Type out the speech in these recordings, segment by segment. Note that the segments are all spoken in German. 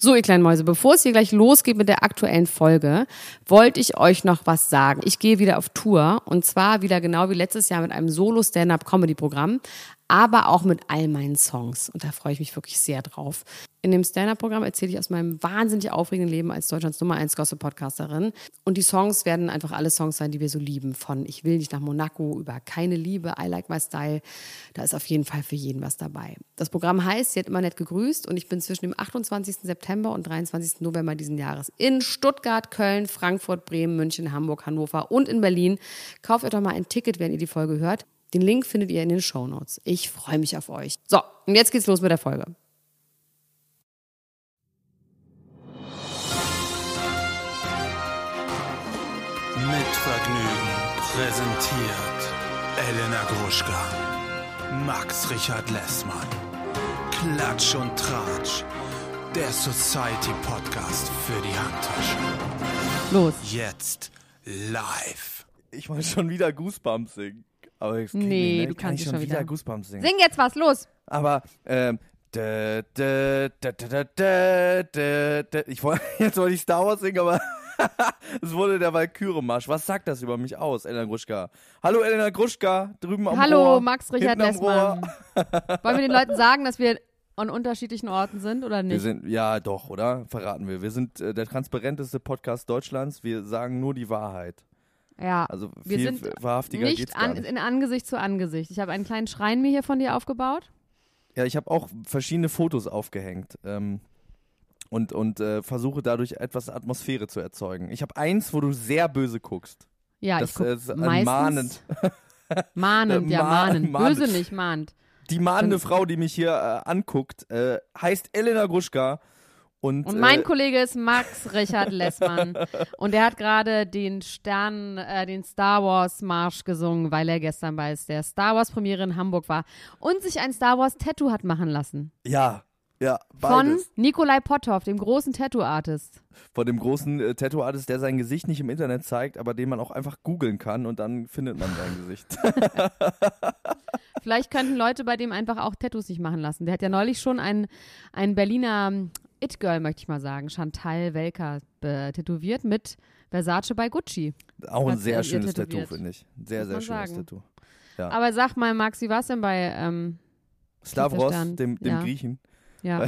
So, ihr kleinen Mäuse, bevor es hier gleich losgeht mit der aktuellen Folge, wollte ich euch noch was sagen. Ich gehe wieder auf Tour und zwar wieder genau wie letztes Jahr mit einem Solo-Stand-Up-Comedy-Programm, aber auch mit all meinen Songs. Und da freue ich mich wirklich sehr drauf. In dem Stand-Up-Programm erzähle ich aus meinem wahnsinnig aufregenden Leben als Deutschlands Nummer 1 Gossip-Podcasterin. Und die Songs werden einfach alle Songs sein, die wir so lieben. Von Ich will nicht nach Monaco über Keine Liebe, I Like My Style. Da ist auf jeden Fall für jeden was dabei. Das Programm heißt, Sie hat immer nett gegrüßt und ich bin zwischen dem 28. September und 23. November diesen Jahres in Stuttgart, Köln, Frankfurt, Bremen, München, Hamburg, Hannover und in Berlin. Kauft euch doch mal ein Ticket, wenn ihr die Folge hört. Den Link findet ihr in den Shownotes. Ich freue mich auf euch. So, und jetzt geht's los mit der Folge. Mit Vergnügen präsentiert Elena Gruschka, Max Richard Lessmann, Klatsch und Tratsch, der Society-Podcast für die Handtasche. Los. Jetzt live. Ich wollte schon wieder Goosebumps singen. Aber das geht Nee, nicht, ne? du kannst ich schon wieder Goosebumps singen. Sing jetzt was, los. Aber, jetzt wollte ich Star Wars singen, aber es wurde der Walküre-Marsch. Was sagt das über mich aus, Elena Gruschka? Hallo Elena Gruschka, drüben am Rohr. Hallo, Max Richard hinten am Rohr. Lessmann. Wollen wir den Leuten sagen, dass wir an unterschiedlichen Orten sind oder nicht? Wir sind, ja doch, oder? Verraten wir. Wir sind der transparenteste Podcast Deutschlands. Wir sagen nur die Wahrheit. Ja, Also wir viel sind wahrhaftiger nicht, geht's gar nicht. in Angesicht zu Angesicht. Ich habe einen kleinen Schrein mir hier von dir aufgebaut. Ja, ich habe auch verschiedene Fotos aufgehängt und versuche dadurch etwas Atmosphäre zu erzeugen. Ich habe eins, wo du sehr böse guckst. Ja, Das ich gucke ist meistens mahnend. Mahnend, ja, mahnend. mahnend. Böse nicht, mahnt. Die mahnende Frau, die mich hier anguckt, heißt Elena Gruschka. Und mein Kollege ist Max Richard Lessmann. Und der hat gerade den Star Wars Marsch gesungen, weil er gestern bei der Star Wars Premiere in Hamburg war und sich ein Star Wars Tattoo hat machen lassen. ja, Von beides. Nikolai Potthoff, dem großen Tattoo-Artist. Von dem großen Tattoo-Artist, der sein Gesicht nicht im Internet zeigt, aber den man auch einfach googeln kann und dann findet man sein Gesicht. Vielleicht könnten Leute bei dem einfach auch Tattoos sich machen lassen. Der hat ja neulich schon ein Berliner It-Girl, möchte ich mal sagen, Chantal Welker tätowiert mit Versace bei Gucci. Auch ein Hat sehr ihr schönes tätowiert. Tattoo, finde ich. Sehr, Muss sehr man schönes sagen. Tattoo. Ja. Aber sag mal, Max, wie war es denn bei Stavros, Stand. dem Ja. Griechen. ja.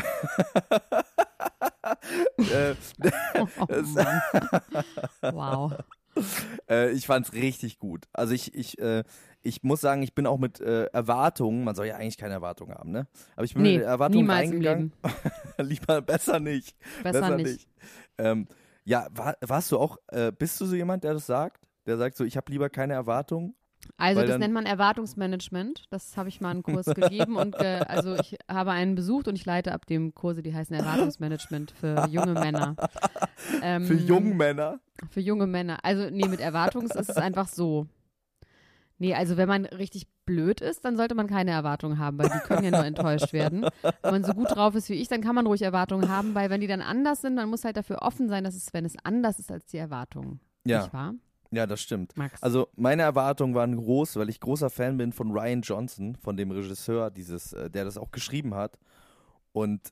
Mann. Wow. Ich fand's richtig gut. Also ich muss sagen, ich bin auch mit Erwartungen, man soll ja eigentlich keine Erwartungen haben, ne? Aber ich bin Nee, mit Erwartungen niemals im reingegangen. Lieber besser nicht. Besser nicht. Ja, warst du auch, bist du so jemand, der das sagt? Der sagt so, ich habe lieber keine Erwartungen? Also Weil das dann- nennt man Erwartungsmanagement. Das habe ich mal einen Kurs gegeben und also ich habe einen besucht und ich leite ab dem Kurse, die heißen Erwartungsmanagement für junge Männer. Für junge Männer? Für junge Männer. Also nee, mit Erwartungs ist es einfach so. Nee, also wenn man richtig blöd ist, dann sollte man keine Erwartungen haben, weil die können ja nur enttäuscht werden. Wenn man so gut drauf ist wie ich, dann kann man ruhig Erwartungen haben, weil wenn die dann anders sind, man muss halt dafür offen sein, dass es, wenn es anders ist als die Erwartungen. Ja. Nicht wahr, Ja, das stimmt. Max? Also meine Erwartungen waren groß, weil ich großer Fan bin von Ryan Johnson, von dem Regisseur, der das auch geschrieben hat. Und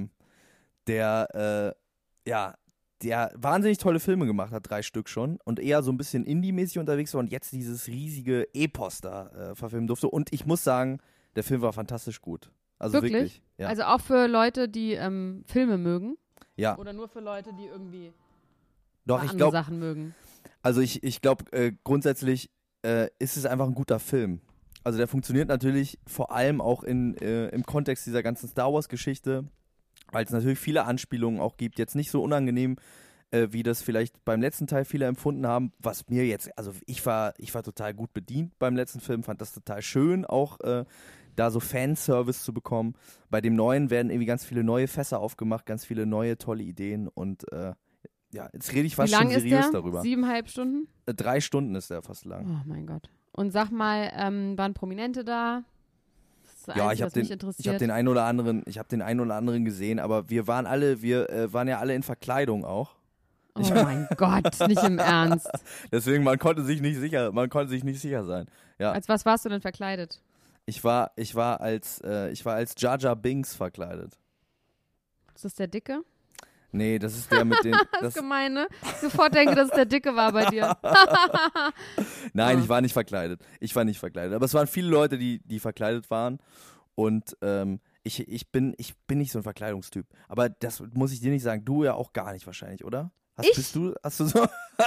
der wahnsinnig tolle Filme gemacht hat, 3 Stück schon. Und eher so ein bisschen Indie-mäßig unterwegs war und jetzt dieses riesige Epos da verfilmen durfte. Und ich muss sagen, der Film war fantastisch gut. Also wirklich. Ja. Also auch für Leute, die Filme mögen? Ja. Oder nur für Leute, die irgendwie Doch, ich andere glaube, Sachen mögen? also ich glaube, grundsätzlich ist es einfach ein guter Film. Also der funktioniert natürlich vor allem auch im Kontext dieser ganzen Star Wars-Geschichte, weil es natürlich viele Anspielungen auch gibt. Jetzt nicht so unangenehm, wie das vielleicht beim letzten Teil viele empfunden haben. Was mir jetzt, also ich war total gut bedient beim letzten Film, fand das total schön, auch da so Fanservice zu bekommen. Bei dem neuen werden irgendwie ganz viele neue Fässer aufgemacht, ganz viele neue tolle Ideen und ja, jetzt rede ich Wie fast lang schon ist seriös der? darüber. 7,5 Stunden? 3 Stunden ist der fast lang. Oh mein Gott. Und sag mal, waren Prominente da? Das ist das Ja, Einzige, ich was mich habe interessiert. den einen oder anderen gesehen, aber wir waren ja alle in Verkleidung auch. Oh mein Gott, nicht im Ernst. Deswegen, man konnte sich nicht sicher sein. Ja, Als was warst du denn verkleidet? ich war als Jar Jar Binks verkleidet. Ist das der Dicke? Nee, das ist der mit den... Das ist gemein, ne? Ich sofort denke, dass es der Dicke war bei dir. Nein, ich war nicht verkleidet. Aber es waren viele Leute, die verkleidet waren. Und ich bin nicht so ein Verkleidungstyp. Aber das muss ich dir nicht sagen. Du ja auch gar nicht wahrscheinlich, oder? Hast du so...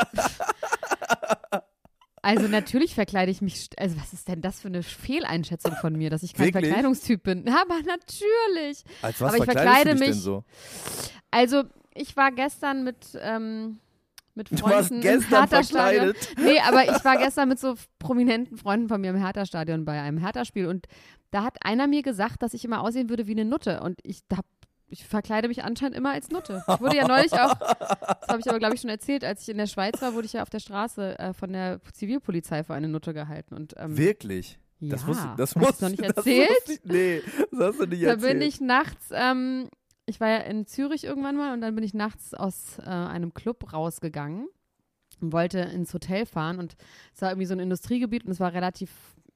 Also natürlich verkleide ich mich, also was ist denn das für eine Fehleinschätzung von mir, dass ich kein Wirklich? Verkleidungstyp bin? Aber natürlich. Als was Aber ich verkleidest verkleide du dich mich denn so? Also ich war gestern mit Du warst Freunden im gestern Hertha-Stadion. verkleidet? Nee, aber ich war gestern mit so prominenten Freunden von mir im Hertha-Stadion bei einem Hertha-Spiel und da hat einer mir gesagt, dass ich immer aussehen würde wie eine Nutte und ich verkleide mich anscheinend immer als Nutte. Ich wurde ja neulich auch, das habe ich aber glaube ich schon erzählt, als ich in der Schweiz war, wurde ich ja auf der Straße von der Zivilpolizei für eine Nutte gehalten. Und, Wirklich? Ja, das hast du noch nicht erzählt? Nee, das hast du nicht Da erzählt. bin ich nachts, ich war ja in Zürich irgendwann mal und dann bin ich nachts aus einem Club rausgegangen und wollte ins Hotel fahren und es war irgendwie so ein Industriegebiet und es war relativ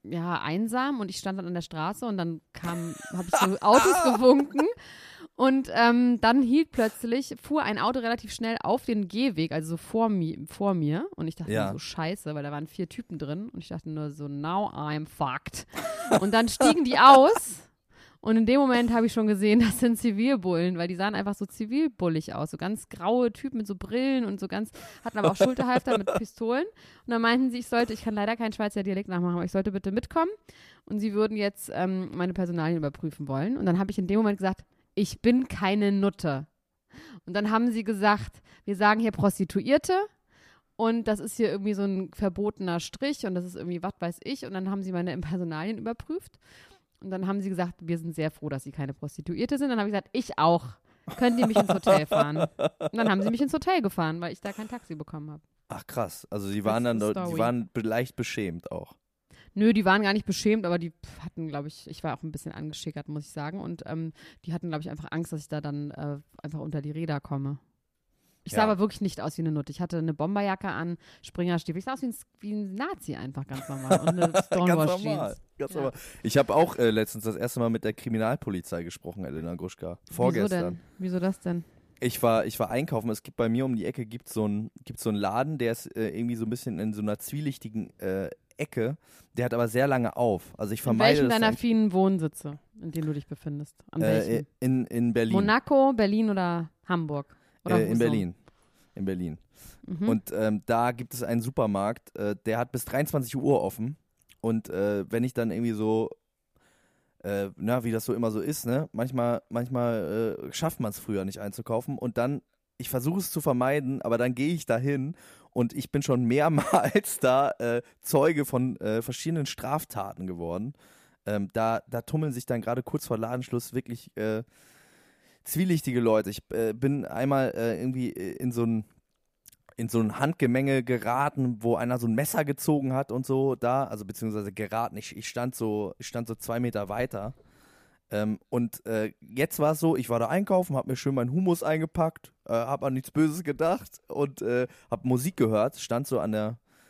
einsam und ich stand dann an der Straße und dann habe ich so Autos gewunken und dann fuhr ein Auto relativ schnell auf den Gehweg, also so vor mir und ich dachte mir so scheiße, weil da waren 4 Typen drin und ich dachte nur so, now I'm fucked. Und dann stiegen die aus und in dem Moment habe ich schon gesehen, das sind Zivilbullen, weil die sahen einfach so zivilbullig aus, so ganz graue Typen mit so Brillen und so hatten aber auch Schulterhalfter mit Pistolen und dann meinten sie, ich kann leider keinen Schweizer Dialekt nachmachen, aber ich sollte bitte mitkommen und sie würden jetzt meine Personalien überprüfen wollen und dann habe ich in dem Moment gesagt, ich bin keine Nutte. Und dann haben sie gesagt, wir sagen hier Prostituierte und das ist hier irgendwie so ein verbotener Strich und das ist irgendwie was weiß ich und dann haben sie meine Personalien überprüft und dann haben sie gesagt, wir sind sehr froh, dass sie keine Prostituierte sind. Dann habe ich gesagt, ich auch. Könnt ihr mich ins Hotel fahren? Und dann haben sie mich ins Hotel gefahren, weil ich da kein Taxi bekommen habe. Ach krass, also sie waren leicht beschämt auch. Nö, die waren gar nicht beschämt, aber die hatten, glaube ich war auch ein bisschen angeschickert, muss ich sagen. Und die hatten, glaube ich, einfach Angst, dass ich da dann einfach unter die Räder komme. Ich sah aber wirklich nicht aus wie eine Nutte. Ich hatte eine Bomberjacke an, Springerstiefel. Ich sah aus wie ein Nazi einfach, ganz normal. Und eine Stonewall-Jeans. Ganz normal. Ich habe auch letztens das erste Mal mit der Kriminalpolizei gesprochen, Elena Gruschka. Vorgestern. Wieso das denn? Ich war einkaufen. Es gibt bei mir um die Ecke so einen Laden, der ist irgendwie so ein bisschen in so einer zwielichtigen Ecke. Der hat aber sehr lange auf. Also ich vermeide in welchen deiner vielen Wohnsitze, in denen du dich befindest? An welchen? In Berlin. Monaco, Berlin oder Hamburg? Oder in Berlin. In Berlin. Mhm. Und da gibt es einen Supermarkt, der hat bis 23 Uhr offen. Und wenn ich dann irgendwie so, wie das so immer so ist, ne? Manchmal schafft man es früher nicht einzukaufen. Und dann, ich versuche es zu vermeiden, aber dann gehe ich dahin und ich bin schon mehrmals da Zeuge von verschiedenen Straftaten geworden. Da tummeln sich dann gerade kurz vor Ladenschluss wirklich zwielichtige Leute. Ich bin einmal irgendwie in so ein Handgemenge geraten, wo einer so ein Messer gezogen hat und so da, also beziehungsweise geraten. Ich stand so 2 Meter weiter. Und jetzt war es so, ich war da einkaufen, habe mir schön meinen Hummus eingepackt, habe an nichts Böses gedacht und habe Musik gehört, stand so an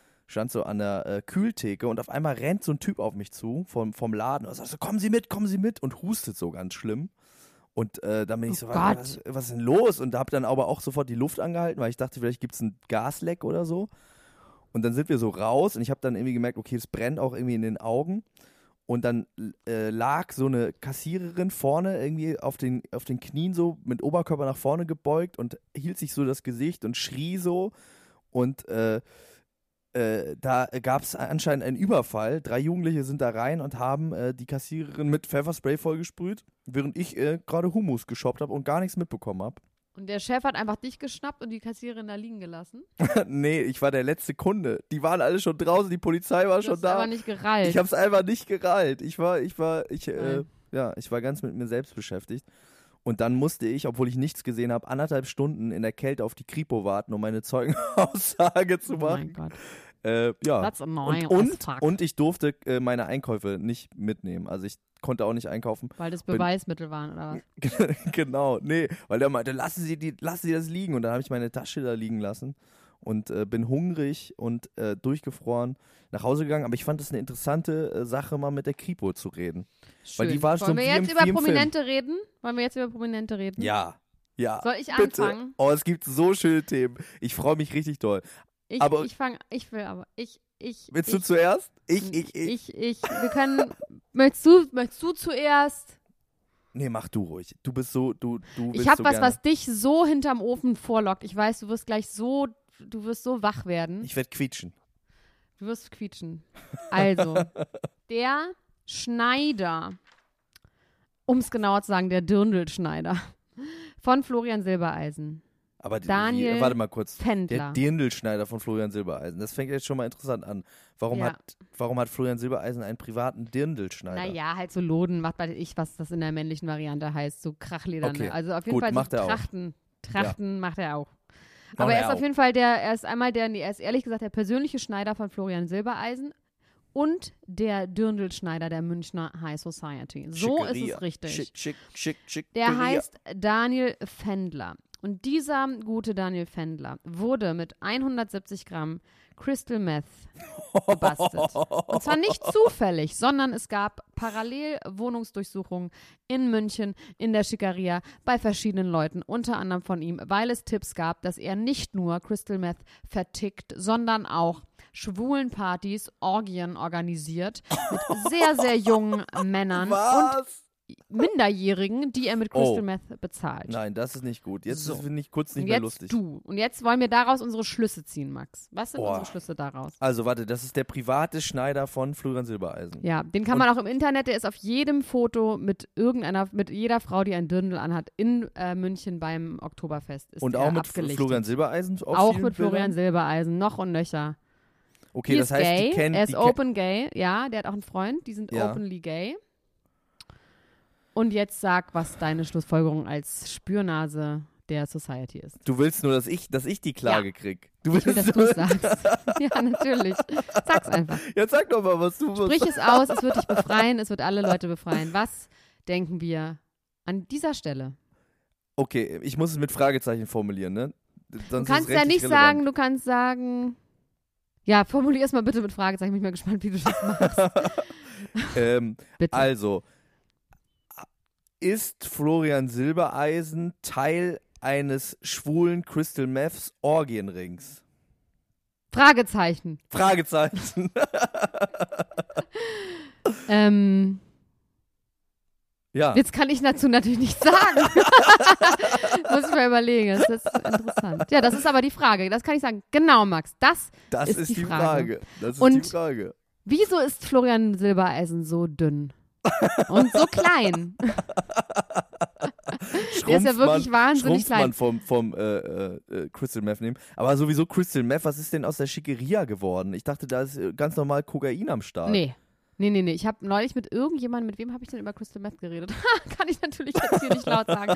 der Kühltheke und auf einmal rennt so ein Typ auf mich zu vom Laden und sagt so, kommen Sie mit und hustet so ganz schlimm. Und dann bin ich so, was ist denn los? Und habe dann aber auch sofort die Luft angehalten, weil ich dachte, vielleicht gibt es ein Gasleck oder so. Und dann sind wir so raus und ich habe dann irgendwie gemerkt, okay, es brennt auch irgendwie in den Augen. Und dann lag so eine Kassiererin vorne irgendwie auf den Knien so mit Oberkörper nach vorne gebeugt und hielt sich so das Gesicht und schrie so. Und da gab es anscheinend einen Überfall. 3 Jugendliche sind da rein und haben die Kassiererin mit Pfefferspray vollgesprüht, während ich gerade Hummus geshoppt habe und gar nichts mitbekommen habe. Und der Chef hat einfach dich geschnappt und die Kassiererin da liegen gelassen? Nee, ich war der letzte Kunde. Die waren alle schon draußen, die Polizei war schon da. Du hast aber nicht gerallt. Ich hab's einfach nicht gerallt. Ich war ganz mit mir selbst beschäftigt. Und dann musste ich, obwohl ich nichts gesehen habe, 1,5 Stunden in der Kälte auf die Kripo warten, um meine Zeugenaussage zu machen. Oh mein Gott. That's annoying und ich durfte meine Einkäufe nicht mitnehmen. Also ich konnte auch nicht einkaufen. Weil das Beweismittel waren, oder was? Genau, nee. Weil der meinte, lassen Sie das liegen. Und dann habe ich meine Tasche da liegen lassen und bin hungrig und durchgefroren nach Hause gegangen. Aber ich fand es eine interessante Sache, mal mit der Kripo zu reden. Schön. Weil die war Wollen wir jetzt über Prominente reden? Wollen wir jetzt über Prominente reden? Ja. Ja. Soll ich bitte. anfangen? Oh, es gibt so schöne Themen. Ich freue mich richtig doll. Willst du zuerst? Wir können, möchtest du zuerst? Nee, mach du ruhig. Du bist so, du willst Ich habe so was, gerne. was dich so hinterm Ofen vorlockt. Ich weiß, du wirst so wach werden. Ich werde quietschen. Du wirst quietschen. Also, der Schneider, um es genauer zu sagen, der Dirndl-Schneider von Florian Silbereisen. Aber Daniel warte mal kurz. Fendler. Der Dirndl-Schneider von Florian Silbereisen. Das fängt jetzt schon mal interessant an. Warum hat Florian Silbereisen einen privaten Dirndl-Schneider? Naja, halt so Loden, macht bei ich, was das in der männlichen Variante heißt, so Krachlederne. Okay. Also auf jeden Gut, Fall so macht er auch. Trachten macht er auch. Macht Aber er er ist auch. auf jeden Fall er ist ehrlich gesagt der persönliche Schneider von Florian Silbereisen und der Dirndl-Schneider der Münchner High Society. So Schickeria. ist es richtig. Schick. Der heißt Daniel Fendler. Und dieser gute Daniel Fendler wurde mit 170 Gramm Crystal Meth gebastelt. Und zwar nicht zufällig, sondern es gab parallel Wohnungsdurchsuchungen in München, in der Schickeria, bei verschiedenen Leuten, unter anderem von ihm, weil es Tipps gab, dass er nicht nur Crystal Meth vertickt, sondern auch schwulen Partys, Orgien organisiert mit sehr, sehr jungen Männern und Minderjährigen, die er mit Crystal Meth bezahlt. Nein, das ist nicht gut. Jetzt So. finde ich kurz nicht Und mehr jetzt lustig. du. Und jetzt wollen wir daraus unsere Schlüsse ziehen, Max. Was sind unsere Schlüsse daraus? Also warte, das ist der private Schneider von Florian Silbereisen. Ja, den kann man auch im Internet, der ist auf jedem Foto mit jeder Frau, die ein Dirndl anhat, in München beim Oktoberfest. Ist Und der auch mit abgelichtet. Florian Silbereisen? Auf Auch vielen mit Florian Bildern? Silbereisen, noch und nöcher. Okay, das heißt, gay. die kennen... Er ist open gay, ja, der hat auch einen Freund, die sind Ja. openly gay. Und jetzt sag, was deine Schlussfolgerung als Spürnase der Society ist. Du willst nur, dass ich die Klage krieg. Du Ich will, dass du es sagst. Ja, natürlich. Sag's einfach. Jetzt sag doch mal, was du... Sprich es aus, es wird dich befreien, es wird alle Leute befreien. Was denken wir an dieser Stelle? Okay, ich muss es mit Fragezeichen formulieren, ne? Du kannst ja nicht sagen, du kannst sagen... Ja, formulier es mal bitte mit Fragezeichen. Bin ich mal gespannt, wie du das machst. Bitte. Also, ist Florian Silbereisen Teil eines schwulen Crystal Meths Orgienrings? Fragezeichen. Fragezeichen. Ja. Jetzt kann ich dazu natürlich nichts sagen. Muss ich mal überlegen. Das ist interessant. Ja, das ist aber die Frage. Das kann ich sagen. Genau, Max. Das ist die Frage. Das ist Und die Frage. Wieso ist Florian Silbereisen so dünn? Und so klein? Der ist ja wirklich wahnsinnig klein. Man vom Crystal Meth nehmen. Aber sowieso Crystal Meth, was ist denn aus der Schickeria geworden? Ich dachte, da ist ganz normal Kokain am Start. Nee. Ich habe neulich mit irgendjemandem, mit wem habe ich denn über Crystal Meth geredet? Kann ich natürlich jetzt hier nicht laut sagen.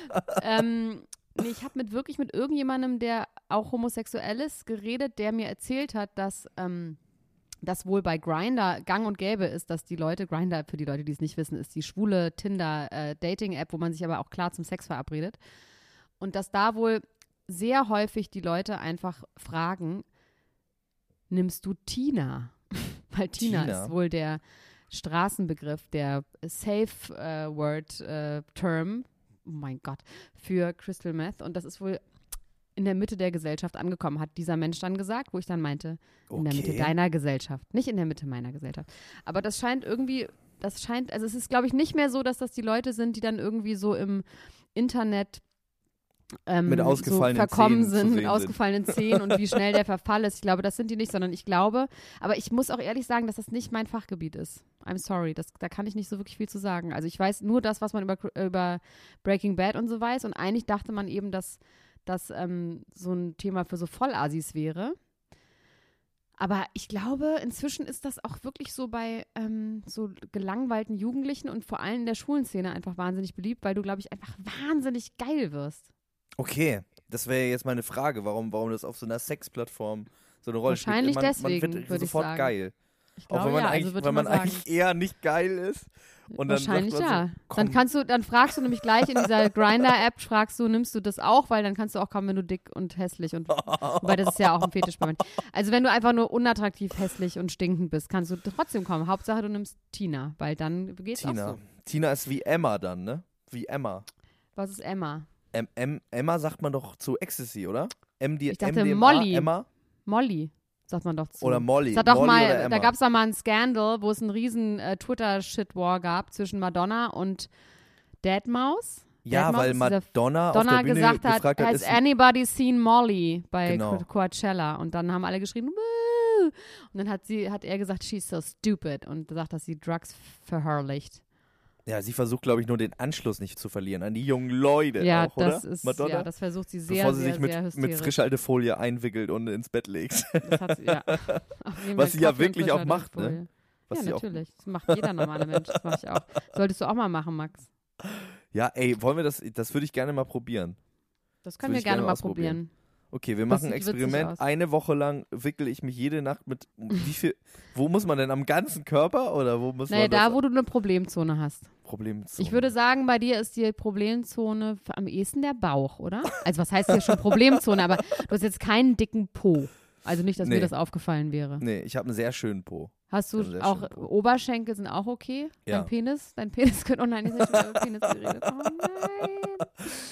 Ich habe wirklich mit irgendjemandem, der auch homosexuell ist, geredet, der mir erzählt hat, dass das wohl bei Grindr gang und gäbe ist, dass die Leute, Grindr für die Leute, die es nicht wissen, ist die schwule Tinder-Dating-App, wo man sich aber auch klar zum Sex verabredet. Und dass da wohl sehr häufig die Leute einfach fragen, nimmst du Tina? Weil Tina ist wohl der Straßenbegriff, der Safe-Word-Term, oh mein Gott, für Crystal Meth. Und das ist wohl in der Mitte der Gesellschaft angekommen, hat dieser Mensch dann gesagt, wo ich dann meinte, in der Mitte deiner Gesellschaft, nicht in der Mitte meiner Gesellschaft. Aber das scheint, also es ist, glaube ich, nicht mehr so, dass das die Leute sind, die dann irgendwie so im Internet mit ausgefallenen so verkommen Zähnen sind, mit ausgefallenen Zähnen und wie schnell der Verfall ist. Ich glaube, das sind die nicht, sondern ich glaube, aber ich muss auch ehrlich sagen, dass das nicht mein Fachgebiet ist. I'm sorry, da kann ich nicht so wirklich viel zu sagen. Also ich weiß nur das, was man über Breaking Bad und so weiß und eigentlich dachte man eben, dass das so ein Thema für so Vollassis wäre. Aber ich glaube, inzwischen ist das auch wirklich so bei so gelangweilten Jugendlichen und vor allem in der Schulenszene einfach wahnsinnig beliebt, weil du, glaube ich, einfach wahnsinnig geil wirst. Okay, das wäre jetzt meine Frage, warum das auf so einer Sexplattform so eine Rolle spielt. Wahrscheinlich Man deswegen, wird würde ich sofort sagen. geil. Ich glaube, auch wenn man, ja, eigentlich, also wenn man eigentlich eher nicht geil ist. Und dann wahrscheinlich sagt man ja. so, Dann fragst du nämlich gleich in dieser Grindr-App, nimmst du das auch, weil dann kannst du auch kommen, wenn du dick und hässlich und wobei das ist ja auch ein Fetisch bei manchen. Also wenn du einfach nur unattraktiv, hässlich und stinkend bist, kannst du trotzdem kommen. Hauptsache du nimmst Tina, weil dann geht's auch so. Tina ist wie Emma dann, ne? Wie Emma. Was ist Emma? Emma sagt man doch zu Ecstasy, oder? Ich dachte MDMA, Molly. Emma? Molly, sagt man doch zu. Oder Molly. Es hat doch Molly mal, oder Emma. da gab es doch mal einen Scandal, wo es einen riesen Twitter-Shit-War gab zwischen Madonna und Deadmauss. Ja, Deadmau5 weil ist dieser Madonna auf der Bühne gesagt hat, gefragt hat, has ist anybody seen Molly bei Genau. Coachella? Und dann haben alle geschrieben, Woo! Und dann hat er gesagt, she's so stupid und sagt, dass sie Drugs verherrlicht. ja, sie versucht, glaube ich, nur den Anschluss nicht zu verlieren an die jungen Leute Ja, auch, oder? das ist, Madonna? ja, das versucht sie sehr, Bevor sie sehr, sich sehr mit hysterisch. Frischhaltefolie einwickelt und ins Bett legt. Das hat sie, ja. Auf jeden Was Fall sie ja Kaffee und wirklich auch macht, Frischhaltefolie. ne? Was Ja, sie auch- natürlich. Das macht jeder normale Mensch. Das mache ich auch. Solltest du auch mal machen, Max. Ja, ey, wollen wir das würde ich gerne mal probieren. Das können würde wir ich gerne gerne mal ausprobieren. probieren. Okay, wir Das machen ein sieht witzig Experiment. aus. Eine Woche lang wickel ich mich jede Nacht mit, wie viel, wo muss man denn, am ganzen Körper oder wo muss Naja, man da, das wo du eine Problemzone hast. Problem zu? Ich würde sagen, bei dir ist die Problemzone am ehesten der Bauch, oder? Also was heißt hier schon Problemzone, aber du hast jetzt keinen dicken Po. Also nicht, dass Nee. mir das aufgefallen wäre. Nee, ich habe einen sehr schönen Po. Hast du Ja, sehr auch schön Po. Oberschenkel sind auch okay? Ja. Dein Penis könnte, oh nein, ich habe schon über Penis geredet. Oh nein.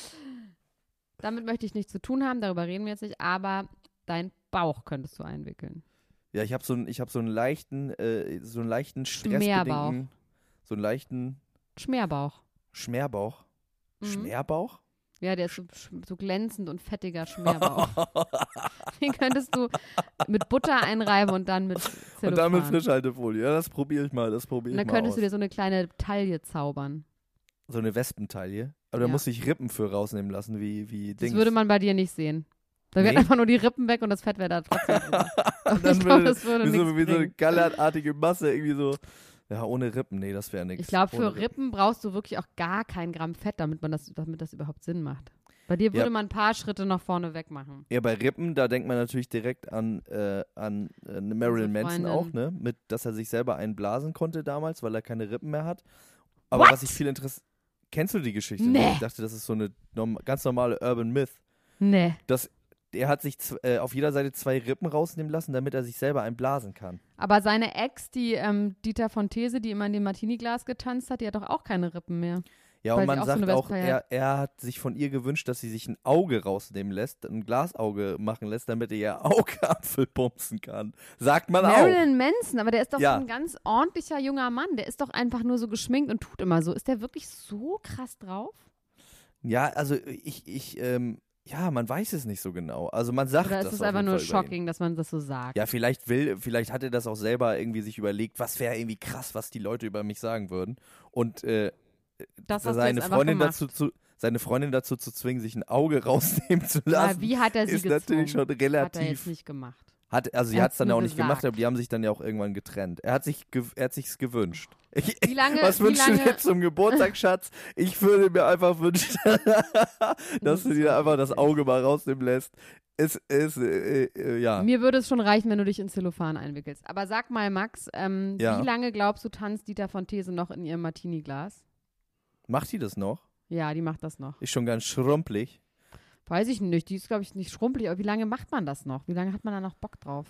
Damit möchte ich nichts zu tun haben, darüber reden wir jetzt nicht, aber dein Bauch könntest du einwickeln. Ja, ich habe so einen leichten Schmerbauch. stressbedingten, so einen leichten Schmerbauch. Schmerbauch. Mhm. Schmerbauch? Ja, der ist so glänzend und fettiger Schmerbauch. Den könntest du mit Butter einreiben und dann mit Zellophan. Und dann mit Frischhaltefolie. Ja, das probiere ich mal. Und dann könntest du dir so eine kleine Taille zaubern. so eine Wespentaille. Aber da Ja. muss ich Rippen für rausnehmen lassen, wie Das Dings. würde man bei dir nicht sehen. Da wären Nee? einfach nur die Rippen weg und das Fett wäre da trotzdem drüber. Aber Dann ich glaube, würde- das würde wie nichts so eine bringen. gallertartige Masse, irgendwie so. Ja, ohne Rippen, nee, das wäre nichts. Ich glaube, Ohne für Rippen brauchst du wirklich auch gar kein Gramm Fett, damit das überhaupt Sinn macht. Bei dir würde Ja. man ein paar Schritte nach vorne weg machen. Ja, bei Rippen, da denkt man natürlich direkt an Marilyn Manson Freundin. auch, ne? Mit, dass er sich selber einblasen konnte damals, weil er keine Rippen mehr hat. Aber was ich viel interessiert. Kennst du die Geschichte? Nee. Ich dachte, das ist so eine ganz normale Urban Myth. Nee. Er hat sich auf jeder Seite 2 Rippen rausnehmen lassen, damit er sich selber einblasen kann. Aber seine Ex, die Dieter von These, die immer in dem Martini-Glas getanzt hat, die hat doch auch keine Rippen mehr. Ja, Weil und sie man auch so sagt eine auch, Westpaille hat. er hat sich von ihr gewünscht, dass sie sich ein Auge rausnehmen lässt, ein Glasauge machen lässt, damit er ihr Augapfel bumsen kann. Sagt man auch. Marilyn Manson, aber der ist doch Ja. so ein ganz ordentlicher junger Mann. Der ist doch einfach nur so geschminkt und tut immer so. Ist der wirklich so krass drauf? Ja, also ja, man weiß es nicht so genau. Also man sagt Oder das ist es auf einfach jeden nur Fall über ihn. shocking, dass man das so sagt? Ja, vielleicht hat er das auch selber irgendwie sich überlegt, was wäre irgendwie krass, was die Leute über mich sagen würden. Und Das hast du seine jetzt einfach Freundin gemacht. seine Freundin dazu zu zwingen, sich ein Auge rausnehmen zu lassen, Aber wie hat er sie ist gezwungen? natürlich schon Hat er jetzt relativ. nicht gemacht. Sie Er hat hat's es dann nur auch nicht gesagt. gemacht, aber die haben sich dann ja auch irgendwann getrennt. Er hat sich's gewünscht. Wie lange- Was wie wünschst du lange- dir zum Geburtstag, Schatz? Ich würde mir einfach wünschen, dass du dir einfach das Auge mal rausnehmen lässt. Ja. Mir würde es schon reichen, wenn du dich in Zellophan einwickelst. Aber sag mal, Max, Ja. wie lange glaubst du, tanzt Dieter von These noch in ihrem Martini-Glas? Macht die das noch? Ja, die macht das noch. Ist schon ganz schrumpelig. Weiß ich nicht. Die ist, glaube ich, nicht schrumpelig. Aber wie lange macht man das noch? Wie lange hat man da noch Bock drauf?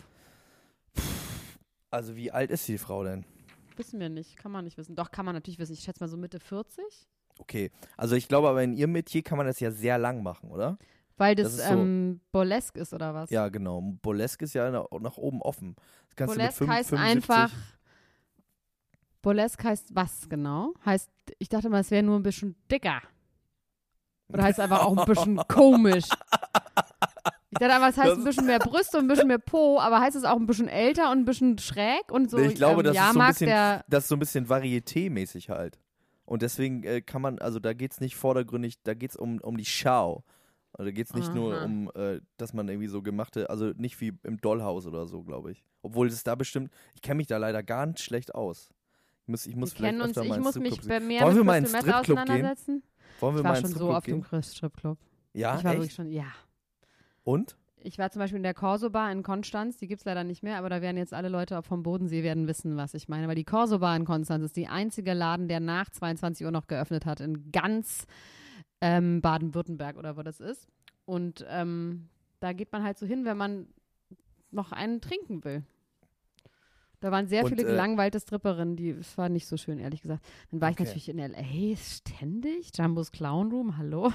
Also wie alt ist die Frau denn? Wissen wir nicht. Kann man nicht wissen. Doch, kann man natürlich wissen. Ich schätze mal so Mitte 40. Okay, also ich glaube aber in ihrem Metier kann man das ja sehr lang machen, oder? Weil das, Das ist so- burlesque ist, oder was? Ja, genau. Burlesque ist ja nach oben offen. Das kannst Burlesque du mit heißt 75 einfach. Burlesque heißt was genau? Heißt, ich dachte mal, es wäre nur ein bisschen dicker. Oder heißt es einfach auch ein bisschen komisch? Ich dachte aber, es heißt ein bisschen mehr Brüste und ein bisschen mehr Po, aber heißt es auch ein bisschen älter und ein bisschen schräg und so? Nee, ich glaube, das ist so ein Jahrmarkt, bisschen, der das ist so ein bisschen Varieté-mäßig halt. Und deswegen kann man, also da geht es nicht vordergründig, da geht es um die Schau. Also da geht es nicht nur Aha. um, dass man irgendwie so gemachte, also nicht wie im Dollhaus oder so, glaube ich. Obwohl es da bestimmt, ich kenne mich da leider ganz schlecht aus. Ich muss wir vielleicht kennen uns, öfter ich mal ins muss mich Stripclub gehen. mehr Wollen wir mit mal ins Crystal Meth Stripclub gehen? auseinandersetzen. Wollen wir Ich mal war ins schon so Stripclub oft im gehen? Stripclub. Ja, Ich war echt? wirklich schon, ja. Und? Ich war zum Beispiel in der Corso Bar in Konstanz, die gibt es leider nicht mehr, aber da werden jetzt alle Leute vom Bodensee werden wissen, was ich meine. Weil die Corso Bar in Konstanz ist die einzige Laden, der nach 22 Uhr noch geöffnet hat in ganz Baden-Württemberg oder wo das ist. Und da geht man halt so hin, wenn man noch einen trinken will. Da waren sehr Und, viele gelangweilte Stripperinnen, das war nicht so schön, ehrlich gesagt. Dann war ich Okay. natürlich in L.A. ständig. Jumbo's Clown Room, hallo.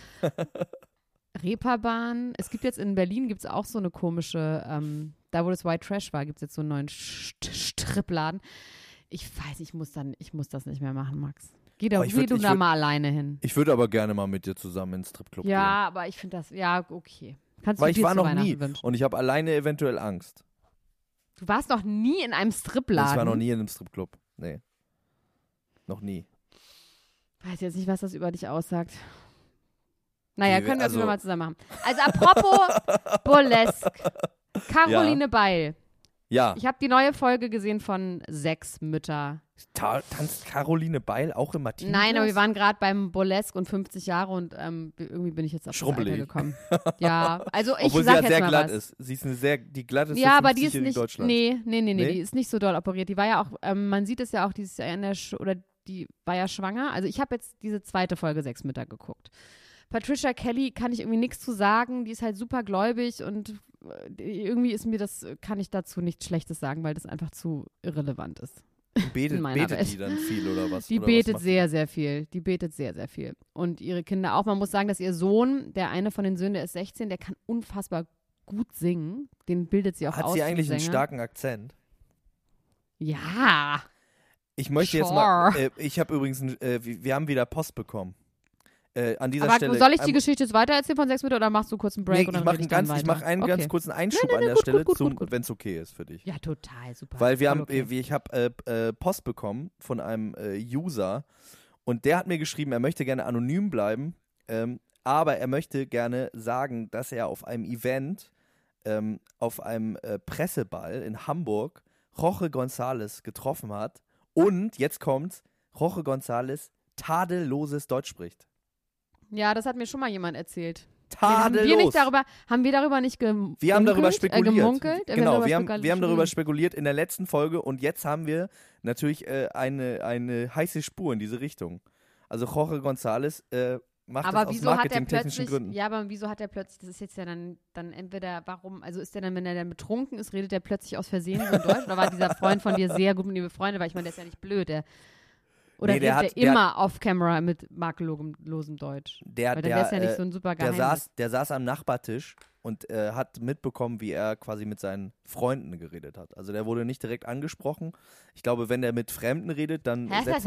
Reeperbahn. Es gibt jetzt in Berlin gibt's auch so eine komische, da wo das White Trash war, gibt es jetzt so einen neuen Strippladen. Ich weiß, ich muss das nicht mehr machen, Max. Geh du da mal alleine hin. Ich würde aber gerne mal mit dir zusammen ins Stripclub gehen. Ja, aber ich finde das, ja, okay. Kannst du Weil dir ich war zu noch Weihnachten nie wünschen. und ich habe alleine eventuell Angst. Du warst noch nie in einem Stripladen? Ich war noch nie in einem Stripclub. Nee. Noch nie. Weiß jetzt nicht, was das über dich aussagt. Naja, können wir das also- mal zusammen machen. Also apropos Burlesque. Caroline Beil. Ja. Ich habe die neue Folge gesehen von Sechs Mütter. Tanzt Caroline Beil auch im Martinez? Nein, aber wir waren gerade beim Burlesque und 50 Jahre und irgendwie bin ich jetzt auf das Alter Schrumpelig. gekommen. Ja, also ich Obwohl sie sag ja jetzt sehr mal glatt was. ist. Sie ist die glatteste Ja, aber 50 die ist in nicht, Deutschland. nee, Nee? die ist nicht so doll operiert. Die war ja auch, man sieht es ja auch dieses Jahr die war ja schwanger. Also ich habe jetzt diese zweite Folge Sechs Mütter geguckt. Patricia Kelly kann ich irgendwie nichts zu sagen. Die ist halt super gläubig und irgendwie kann ich dazu nichts Schlechtes sagen, weil das einfach zu irrelevant ist. Betet meiner die Welt. dann viel oder was? Die oder betet was macht sehr, sehr viel. Die betet sehr, sehr viel. Und ihre Kinder auch. Man muss sagen, dass ihr Sohn, der eine von den Söhnen, der ist 16, der kann unfassbar gut singen. Den bildet sie auch Hat aus. sie zum eigentlich einen Sänger. starken Akzent? Ja. Ich möchte jetzt mal, ich habe übrigens, wir haben wieder Post bekommen. An dieser Aber Stelle. soll ich die Geschichte jetzt weitererzählen von Sechs Mütter oder machst du kurz einen Break? Nee, und ich dann mache rede dann ich mach weiter? einen Okay. ganz kurzen Einschub an der gut, Stelle, gut. wenn es okay ist für dich. Ja, total, super. Weil Voll okay. ich habe Post bekommen von einem User und der hat mir geschrieben, er möchte gerne anonym bleiben, aber er möchte gerne sagen, dass er auf einem Event, auf einem Presseball in Hamburg Jorge González getroffen hat und, jetzt kommt's, Jorge González tadelloses Deutsch spricht. Ja, das hat mir schon mal jemand erzählt. Tadellos. Haben wir darüber nicht gemunkelt? Wir haben darüber spekuliert. Gemunkelt? Genau, wir haben darüber spekuliert in der letzten Folge und jetzt haben wir natürlich eine heiße Spur in diese Richtung. Also Jorge González macht aber das aus wieso hat er marketingtechnischen plötzlich, Gründen. ja, aber wieso hat er plötzlich, das ist jetzt ja dann entweder, warum, also ist der dann, wenn er dann betrunken ist, redet er plötzlich aus Versehen so in Deutsch? Oder war dieser Freund von dir sehr gut mit ihm befreundet? Weil ich meine, der ist ja nicht blöd, oder Nee, redet der immer off-camera mit makellosem Deutsch? Weil dann wäre es ja nicht so ein super Geheimnis. Der saß am Nachbartisch und hat mitbekommen, wie er quasi mit seinen Freunden geredet hat. Also der wurde nicht direkt angesprochen. Ich glaube, wenn er mit Fremden redet, dann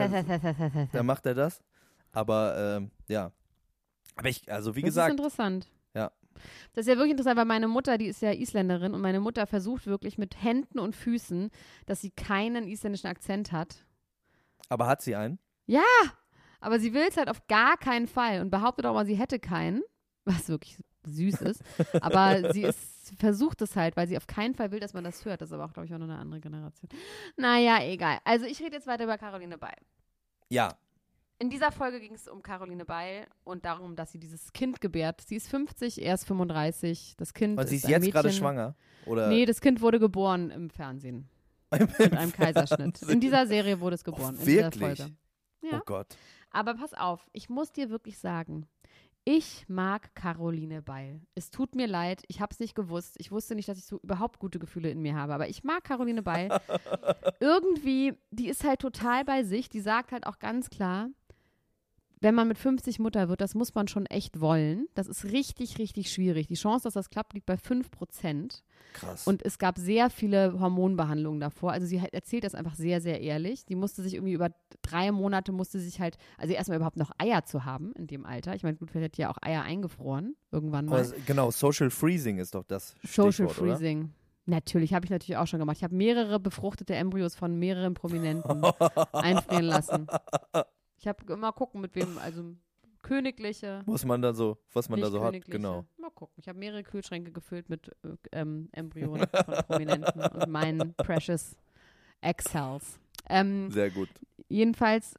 macht er das. Aber ja. Aber also wie gesagt. Das ist interessant. Ja. Das ist ja wirklich interessant, weil meine Mutter, die ist ja Isländerin und meine Mutter versucht wirklich mit Händen und Füßen, dass sie keinen isländischen Akzent hat. Aber hat sie einen? Aber sie will es halt auf gar keinen Fall und behauptet auch mal, sie hätte keinen, was wirklich süß ist. Aber sie versucht es halt, weil sie auf keinen Fall will, dass man das hört. Das ist aber auch, glaube ich, auch noch eine andere Generation. Naja, egal. Also ich rede jetzt weiter über Caroline Beil. Ja. In dieser Folge ging es um Caroline Beil und darum, dass sie dieses Kind gebärt. Sie ist 50, er ist 35. Das Kind Und sie ist ein jetzt Mädchen. gerade schwanger? Oder? Nee, das Kind wurde geboren im Fernsehen. Mit einem Kaiserschnitt. In dieser Serie wurde es geboren. Oh, in dieser wirklich? Folge. Ja. Oh Gott. Aber pass auf, ich muss dir wirklich sagen, ich mag Caroline Beil. Es tut mir leid, ich habe es nicht gewusst. Ich wusste nicht, dass ich so überhaupt gute Gefühle in mir habe. Aber ich mag Caroline Beil. Irgendwie, die ist halt total bei sich. Die sagt halt auch ganz klar, wenn man mit 50 Mutter wird, das muss man schon echt wollen. Das ist richtig, richtig schwierig. Die Chance, dass das klappt, liegt bei 5%. Krass. Und es gab sehr viele Hormonbehandlungen davor. Also sie erzählt das einfach sehr, sehr ehrlich. Die musste sich irgendwie über 3 Monate also erstmal überhaupt noch Eier zu haben in dem Alter. Ich meine, gut, vielleicht hat die ja auch Eier eingefroren irgendwann mal. Genau, Social Freezing ist doch das Social Stichwort, Freezing. Oder? Natürlich, habe ich natürlich auch schon gemacht. Ich habe mehrere befruchtete Embryos von mehreren Prominenten einfrieren lassen. Ich habe immer gucken, mit wem, also königliche. Was man da so hat, genau. Mal gucken. Ich habe mehrere Kühlschränke gefüllt mit Embryonen von Prominenten und meinen Precious Egg-Cells. Sehr gut. Jedenfalls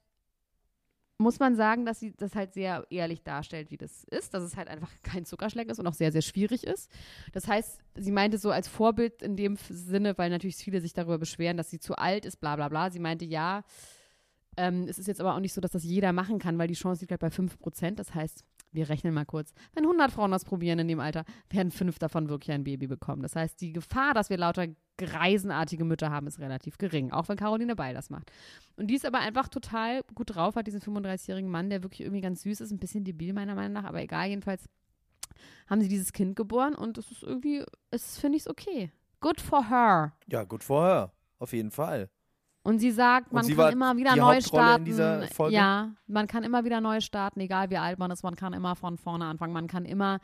muss man sagen, dass sie das halt sehr ehrlich darstellt, wie das ist, dass es halt einfach kein Zuckerschlecken ist und auch sehr, sehr schwierig ist. Das heißt, sie meinte so als Vorbild in dem Sinne, weil natürlich viele sich darüber beschweren, dass sie zu alt ist, bla bla bla. Sie meinte, ja, es ist jetzt aber auch nicht so, dass das jeder machen kann, weil die Chance liegt halt bei 5%. Das heißt, wir rechnen mal kurz, wenn 100 Frauen das probieren in dem Alter, werden 5 davon wirklich ein Baby bekommen. Das heißt, die Gefahr, dass wir lauter greisenartige Mütter haben, ist relativ gering, auch wenn Caroline Beil das macht. Und die ist aber einfach total gut drauf, hat diesen 35-jährigen Mann, der wirklich irgendwie ganz süß ist, ein bisschen debil meiner Meinung nach, aber egal, jedenfalls haben sie dieses Kind geboren und es ist irgendwie, finde ich es okay. Good for her. Ja, good for her. Auf jeden Fall. Und sie sagt, man sie kann war immer wieder die neu Hauptrolle starten. in dieser Folge? Ja, man kann immer wieder neu starten, egal wie alt man ist, man kann immer von vorne anfangen, man kann immer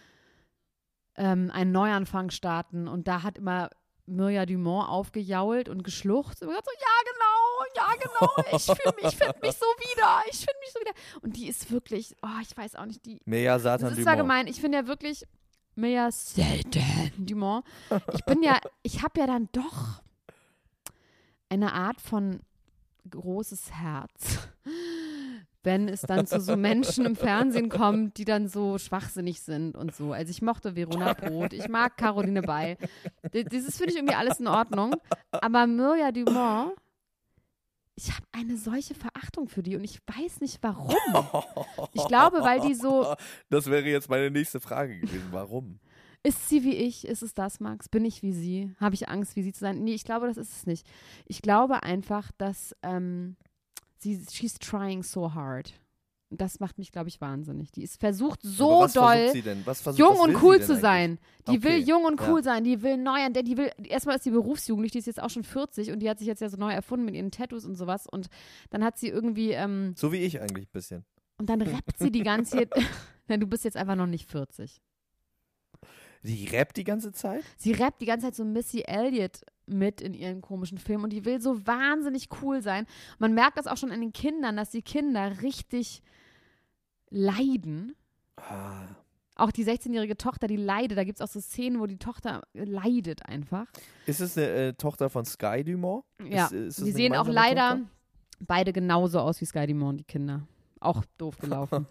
einen Neuanfang starten. Und da hat immer Mirja Dumont aufgejault und geschluchzt und gesagt so, ja genau, ich finde mich so wieder. Und die ist wirklich, ich weiß auch nicht, Mirja Satan das ist Dumont. zwar gemein, ich finde ja wirklich Mirja Satan Dumont, ich habe ja dann doch eine Art von großes Herz, wenn es dann zu so Menschen im Fernsehen kommt, die dann so schwachsinnig sind und so. Also ich mochte Verona Poth, ich mag Caroline Beil. Dieses finde ich irgendwie alles in Ordnung. Aber Mirja Dumont, ich habe eine solche Verachtung für die und ich weiß nicht warum. Ich glaube, weil die so... Das wäre jetzt meine nächste Frage gewesen. Warum? Ist sie wie ich? Ist es das, Max? Bin ich wie sie? Habe ich Angst, wie sie zu sein? Nee, ich glaube, das ist es nicht. Ich glaube einfach, dass she's trying so hard. Und das macht mich, glaube ich, wahnsinnig. Die ist versucht so was doll, versucht sie denn? jung was und will cool sie denn zu sein. Die Okay, will jung und cool ja. sein. Die will neu, die will, erstmal ist sie berufsjugendlich, die ist jetzt auch schon 40 und die hat sich jetzt ja so neu erfunden mit ihren Tattoos und sowas. Und dann hat sie irgendwie, So wie ich eigentlich ein bisschen. und dann rappt sie die ganze Zeit. Nein, du bist jetzt einfach noch nicht 40. Die rappt die ganze Zeit? Sie rappt die ganze Zeit so Missy Elliott mit in ihren komischen Filmen und die will so wahnsinnig cool sein. Man merkt das auch schon an den Kindern, dass die Kinder richtig leiden. Auch die 16-jährige Tochter, die leidet. Da gibt es auch so Szenen, wo die Tochter leidet einfach. Ist es eine Tochter von Sky Dumont? Ja, ist die sehen auch leider beide genauso aus wie Sky Dumont, die Kinder. Auch doof gelaufen.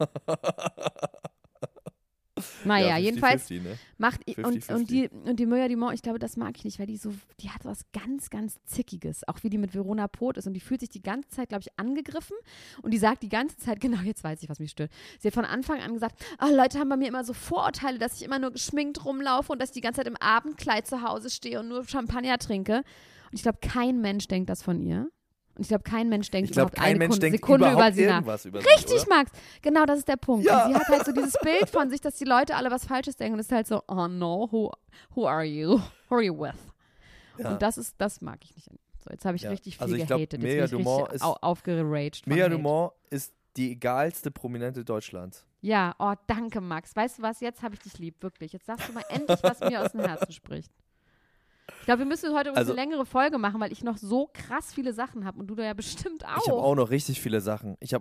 Naja, Ja, 50-50, jedenfalls ne? macht und 50-50. die Mirja Dumont, ich glaube, das mag ich nicht, weil die hat was ganz, ganz Zickiges, auch wie die mit Verona Poth ist und die fühlt sich die ganze Zeit, glaube ich, angegriffen und die sagt die ganze Zeit, genau, jetzt weiß ich, was mich stört. Sie hat von Anfang an gesagt, Leute haben bei mir immer so Vorurteile, dass ich immer nur geschminkt rumlaufe und dass ich die ganze Zeit im Abendkleid zu Hause stehe und nur Champagner trinke. Und ich glaube, kein Mensch denkt das von ihr. Und ich glaube, kein Mensch denkt überhaupt eine Sekunde über sie nach. Über Richtig, sie, oder? Max. Genau, das ist der Punkt. Ja. Und sie hat halt so dieses Bild von sich, dass die Leute alle was Falsches denken. Und es ist halt so, oh no, who are you? Who are you with? Ja. Und das mag ich nicht. So, jetzt habe ich richtig viel Also ich glaub, gehatet. Mirja Jetzt bin ich Dumont richtig ist- aufgeraged. von Mirja Hate. Dumont ist die egalste Prominente Deutschlands. Ja, danke, Max. Weißt du was? Jetzt habe ich dich lieb, wirklich. Jetzt sagst du mal endlich, was mir aus dem Herzen spricht. Ich glaube, wir müssen heute Also- eine längere Folge machen, weil ich noch so krass viele Sachen habe und du da ja bestimmt auch. Ich habe auch noch richtig viele Sachen. Ich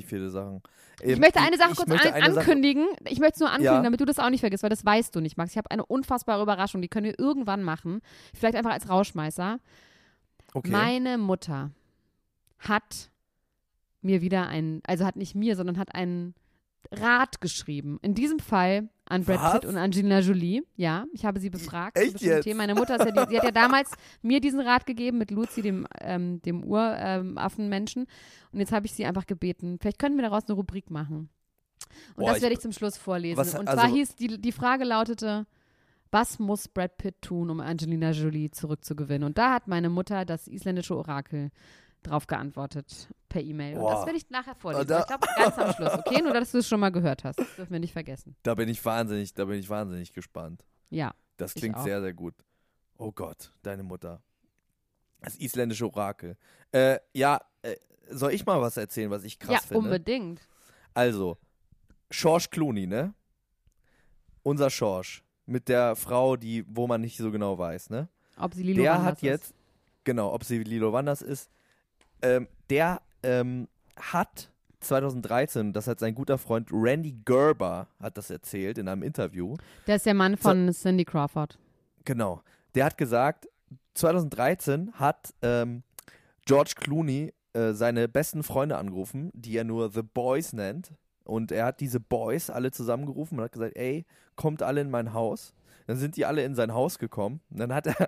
möchte eine Sache kurz ankündigen. Ich möchte es nur ankündigen, Ja. damit du das auch nicht vergisst, weil das weißt du nicht, Max. Ich habe eine unfassbare Überraschung, die können wir irgendwann machen. Vielleicht einfach als Rauschmeißer. Okay. Meine Mutter hat mir wieder hat nicht mir, sondern hat einen Rat geschrieben. In diesem Fall an Brad Was? Pitt und Angelina Jolie. Ja, ich habe sie befragt. Echt zu bestimmten jetzt? Themen. Meine Mutter ist ja sie hat ja damals mir diesen Rat gegeben mit Luzi, dem Uraffenmenschen. Und jetzt habe ich sie einfach gebeten. Vielleicht können wir daraus eine Rubrik machen. Und Boah, das werde ich zum Schluss vorlesen. was- Und also- zwar hieß, die Frage lautete, was muss Brad Pitt tun, um Angelina Jolie zurückzugewinnen? Und da hat meine Mutter, das isländische Orakel, drauf geantwortet per E-Mail. Und Boah. das werde ich nachher vorlesen. Da- Ich glaube, ganz am Schluss, okay? Nur, dass du es schon mal gehört hast. Das dürfen wir nicht vergessen. Da bin ich wahnsinnig gespannt. Ja. Das Ich klingt auch. sehr, sehr gut. Oh Gott, deine Mutter. Das isländische Orakel. Soll ich mal was erzählen, was ich krass Ja, finde? unbedingt. Also, George Clooney, ne? Unser George. Mit der Frau, wo man nicht so genau weiß, ne? Ob sie Lilo Der Wanders hat ist. jetzt, genau, ob sie Lilo Wanders ist, der hat 2013, das hat sein guter Freund Randy Gerber hat das erzählt in einem Interview. Der ist der Mann von Cindy Crawford. Genau. Der hat gesagt, 2013 hat George Clooney seine besten Freunde angerufen, die er nur The Boys nennt. Und er hat diese Boys alle zusammengerufen und hat gesagt, ey, kommt alle in mein Haus. Dann sind die alle in sein Haus gekommen. Und dann hat er,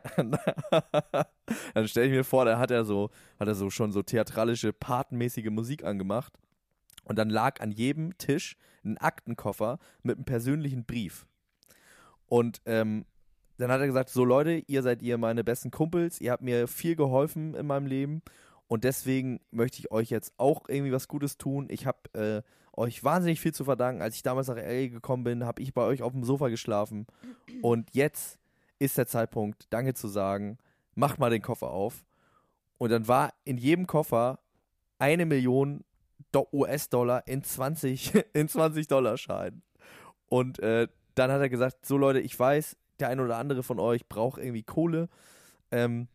dann stelle ich mir vor, da hat er so schon so theatralische, patenmäßige Musik angemacht. Und dann lag an jedem Tisch ein Aktenkoffer mit einem persönlichen Brief. Und dann hat er gesagt, so Leute, ihr seid meine besten Kumpels, ihr habt mir viel geholfen in meinem Leben und deswegen möchte ich euch jetzt auch irgendwie was Gutes tun. Ich habe euch wahnsinnig viel zu verdanken. Als ich damals nach LA gekommen bin, habe ich bei euch auf dem Sofa geschlafen und jetzt ist der Zeitpunkt, Danke zu sagen. Macht mal den Koffer auf. Und dann war in jedem Koffer 1 Million US-Dollar in 20 $-Scheinen. Und dann hat er gesagt, so Leute, ich weiß, der eine oder andere von euch braucht irgendwie Kohle. Ihr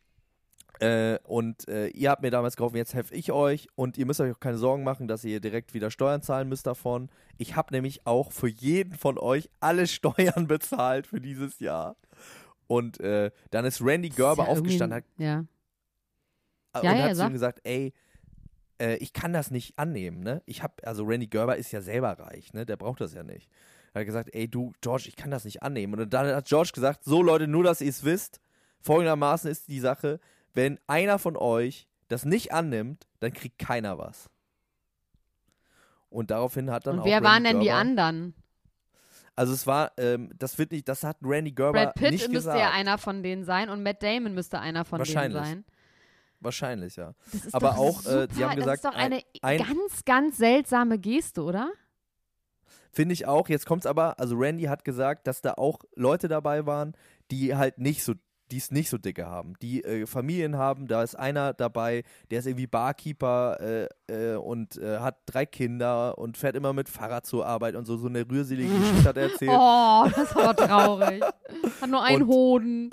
habt mir damals geholfen, jetzt helfe ich euch. Und ihr müsst euch auch keine Sorgen machen, dass ihr direkt wieder Steuern zahlen müsst davon. Ich habe nämlich auch für jeden von euch alle Steuern bezahlt für dieses Jahr. Und dann ist Randy Gerber aufgestanden und hat zu ihm gesagt, ey, ich kann das nicht annehmen, ne? Also Randy Gerber ist ja selber reich, ne? Der braucht das ja nicht. Er hat gesagt, ey du, George, ich kann das nicht annehmen. Und dann hat George gesagt, so Leute, nur dass ihr es wisst, folgendermaßen ist die Sache, wenn einer von euch das nicht annimmt, dann kriegt keiner was. Und daraufhin hat dann und auch wer Randy waren denn Gerber, die anderen? Also es war, das hat Randy Gerber Brad Pitt nicht müsste gesagt. ja einer von denen sein und Matt Damon müsste einer von denen sein. Wahrscheinlich, ja. Das ist aber doch auch, super. sie haben gesagt, das ist doch eine ganz, ganz seltsame Geste, oder? Finde ich auch. Jetzt kommt's aber, also Randy hat gesagt, dass da auch Leute dabei waren, die halt die es nicht so dicke haben, die Familien haben. Da ist einer dabei, der ist irgendwie Barkeeper und hat 3 Kinder und fährt immer mit Fahrrad zur Arbeit und so eine rührselige Geschichte hat er erzählt. Oh, das war traurig. Hat nur einen Hoden.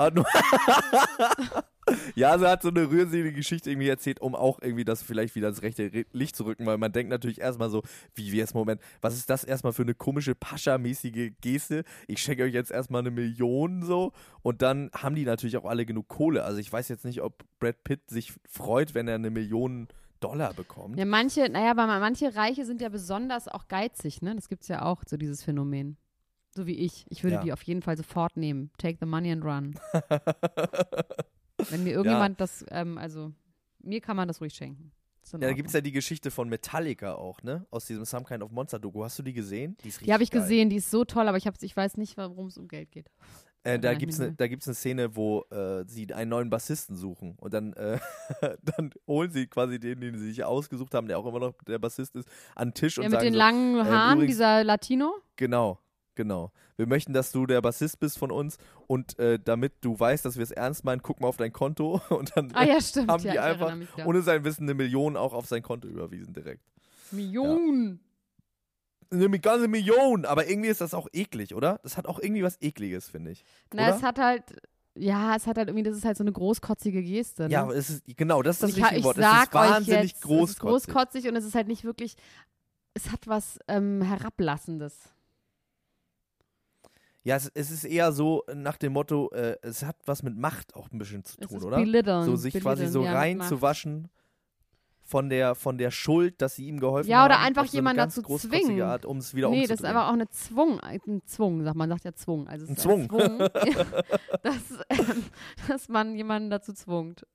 Ja, also er hat so eine rührselige Geschichte irgendwie erzählt, um auch irgendwie das vielleicht wieder ins rechte Licht zu rücken, weil man denkt natürlich erstmal so, wie jetzt Moment, was ist das erstmal für eine komische Pascha-mäßige Geste? Ich schenke euch jetzt erstmal 1 Million so und dann haben die natürlich auch alle genug Kohle. Also ich weiß jetzt nicht, ob Brad Pitt sich freut, wenn er 1 Million Dollar bekommt. Ja, manche Reiche sind ja besonders auch geizig, ne? Das gibt's ja auch, so dieses Phänomen. So wie ich. Ich würde die auf jeden Fall sofort nehmen. Take the money and run. Wenn mir irgendjemand mir kann man das ruhig schenken. Ja, da gibt es ja die Geschichte von Metallica auch, ne? Aus diesem Some Kind of Monster Doku. Hast du die gesehen? Die habe ich gesehen, die ist so toll, aber ich weiß nicht, worum es um Geld geht. Da gibt's eine Szene, wo sie einen neuen Bassisten suchen und dann holen sie quasi den sie sich ausgesucht haben, der auch immer noch der Bassist ist, an den Tisch und sagen mit den langen Haaren, übrigens, dieser Latino? Genau. Wir möchten, dass du der Bassist bist von uns und damit du weißt, dass wir es ernst meinen, guck mal auf dein Konto und dann haben die einfach ohne sein Wissen 1 Million auch auf sein Konto überwiesen direkt. Millionen! Ja. Eine ganze Million, aber irgendwie ist das auch eklig, oder? Das hat auch irgendwie was Ekliges, finde ich. Na, es hat halt irgendwie, das ist halt so eine großkotzige Geste. Ne? Ja, das ist das richtige Wort. Es ist wahnsinnig großkotzig und es ist halt nicht wirklich, es hat was Herablassendes. Ja, es ist eher so nach dem Motto, es hat was mit Macht auch ein bisschen zu tun, oder? So sich quasi so reinzuwaschen von der Schuld, dass sie ihm geholfen haben. Ja, oder einfach jemanden dazu zwingen. Art, um es wieder umzudrehen. Das ist einfach auch ein Zwung, man sagt ja Zwung. Also es ist Zwung. dass man jemanden dazu zwungt.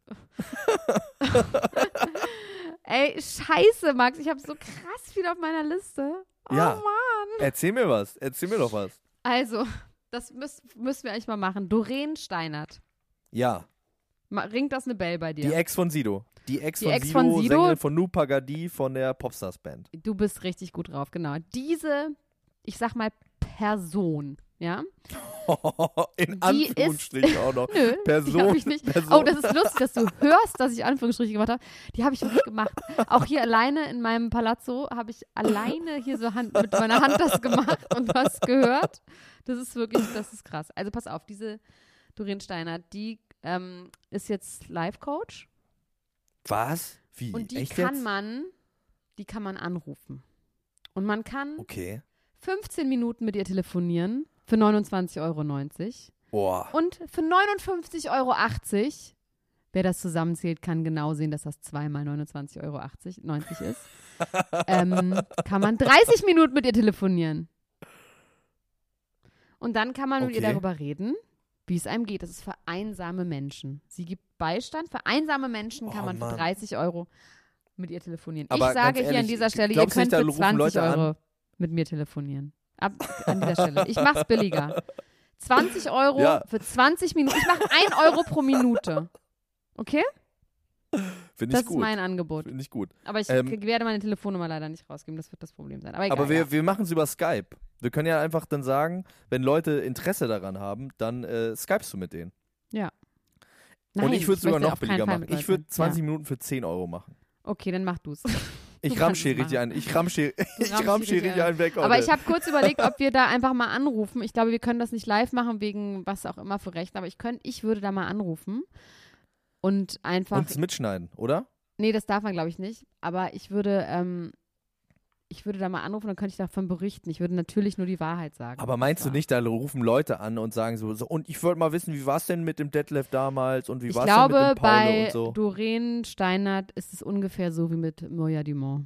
Ey, scheiße, Max, ich habe so krass viel auf meiner Liste. Oh ja. Mann. Erzähl mir doch was. Also, das müssen wir eigentlich mal machen. Doreen Steinert. Ja. Ringt das eine Bell bei dir? Die Ex von Sido. Die Ex von Sido, Sängerin von Nou Pagadi von der Popstars Band. Du bist richtig gut drauf, genau. Diese, ich sag mal, Person, ja? In Anführungsstrichen auch noch. Nö, Person. Die hab ich nicht. Oh, das ist lustig, dass du hörst, dass ich Anführungsstriche gemacht habe. Die habe ich wirklich gemacht. Auch hier alleine in meinem Palazzo habe ich alleine hier so mit meiner Hand das gemacht und du hast gehört. Das ist krass. Also pass auf, diese Doreen Steinert, die ist jetzt Life-Coach. Was? Wie? Und Echt jetzt? Die kann man anrufen. Und man kann 15 Minuten mit ihr telefonieren für 29,90 €. Boah. Und für 59,80 €, wer das zusammenzählt, kann genau sehen, dass das 2 mal 29,90 € ist, kann man 30 Minuten mit ihr telefonieren. Und dann kann man mit ihr darüber reden, wie es einem geht. Das ist für einsame Menschen. Sie gibt Beistand. Für einsame Menschen kann man für 30 € mit ihr telefonieren. Aber ich sage ganz hier ehrlich, an dieser Stelle, ihr glaubst du könnt nicht, da für rufen 20 Leute an? Euro mit mir telefonieren. An dieser Stelle. Ich mach's billiger. 20 Euro Ja. für 20 Minuten. Ich mache 1 Euro pro Minute. Okay? Finde Das ich ist gut. mein Angebot. Finde ich gut. Aber ich werde meine Telefonnummer leider nicht rausgeben. Das wird das Problem sein. Aber egal. Aber wir, ja. wir machen es über Skype. Wir können ja einfach dann sagen, wenn Leute Interesse daran haben, dann skypest du mit denen. Ja. Und Nein, ich würde es sogar möchte noch auf keinen billiger Fall machen. mit Ich würde Leuten. 20 Minuten für 10 Euro machen. Okay, dann mach du's. Ich kannst ramschiere es richtig ein. Ich ramschiere rammst richtig einen weg. Aber Alter. ich habe kurz überlegt, ob wir da einfach mal anrufen. Ich glaube, wir können das nicht live machen, wegen was auch immer für Rechten. Aber ich würde da mal anrufen und einfach. Und es mitschneiden, oder? Nee, das darf man, glaube ich, nicht. Aber ich würde da mal anrufen, dann könnte ich davon berichten. Ich würde natürlich nur die Wahrheit sagen. Aber meinst du nicht, da rufen Leute an und sagen so und ich wollte mal wissen, wie war es denn mit dem Detlef damals und wie war es denn mit dem Paul bei und so? Doreen Steinert ist es ungefähr so wie mit Moya Dumont.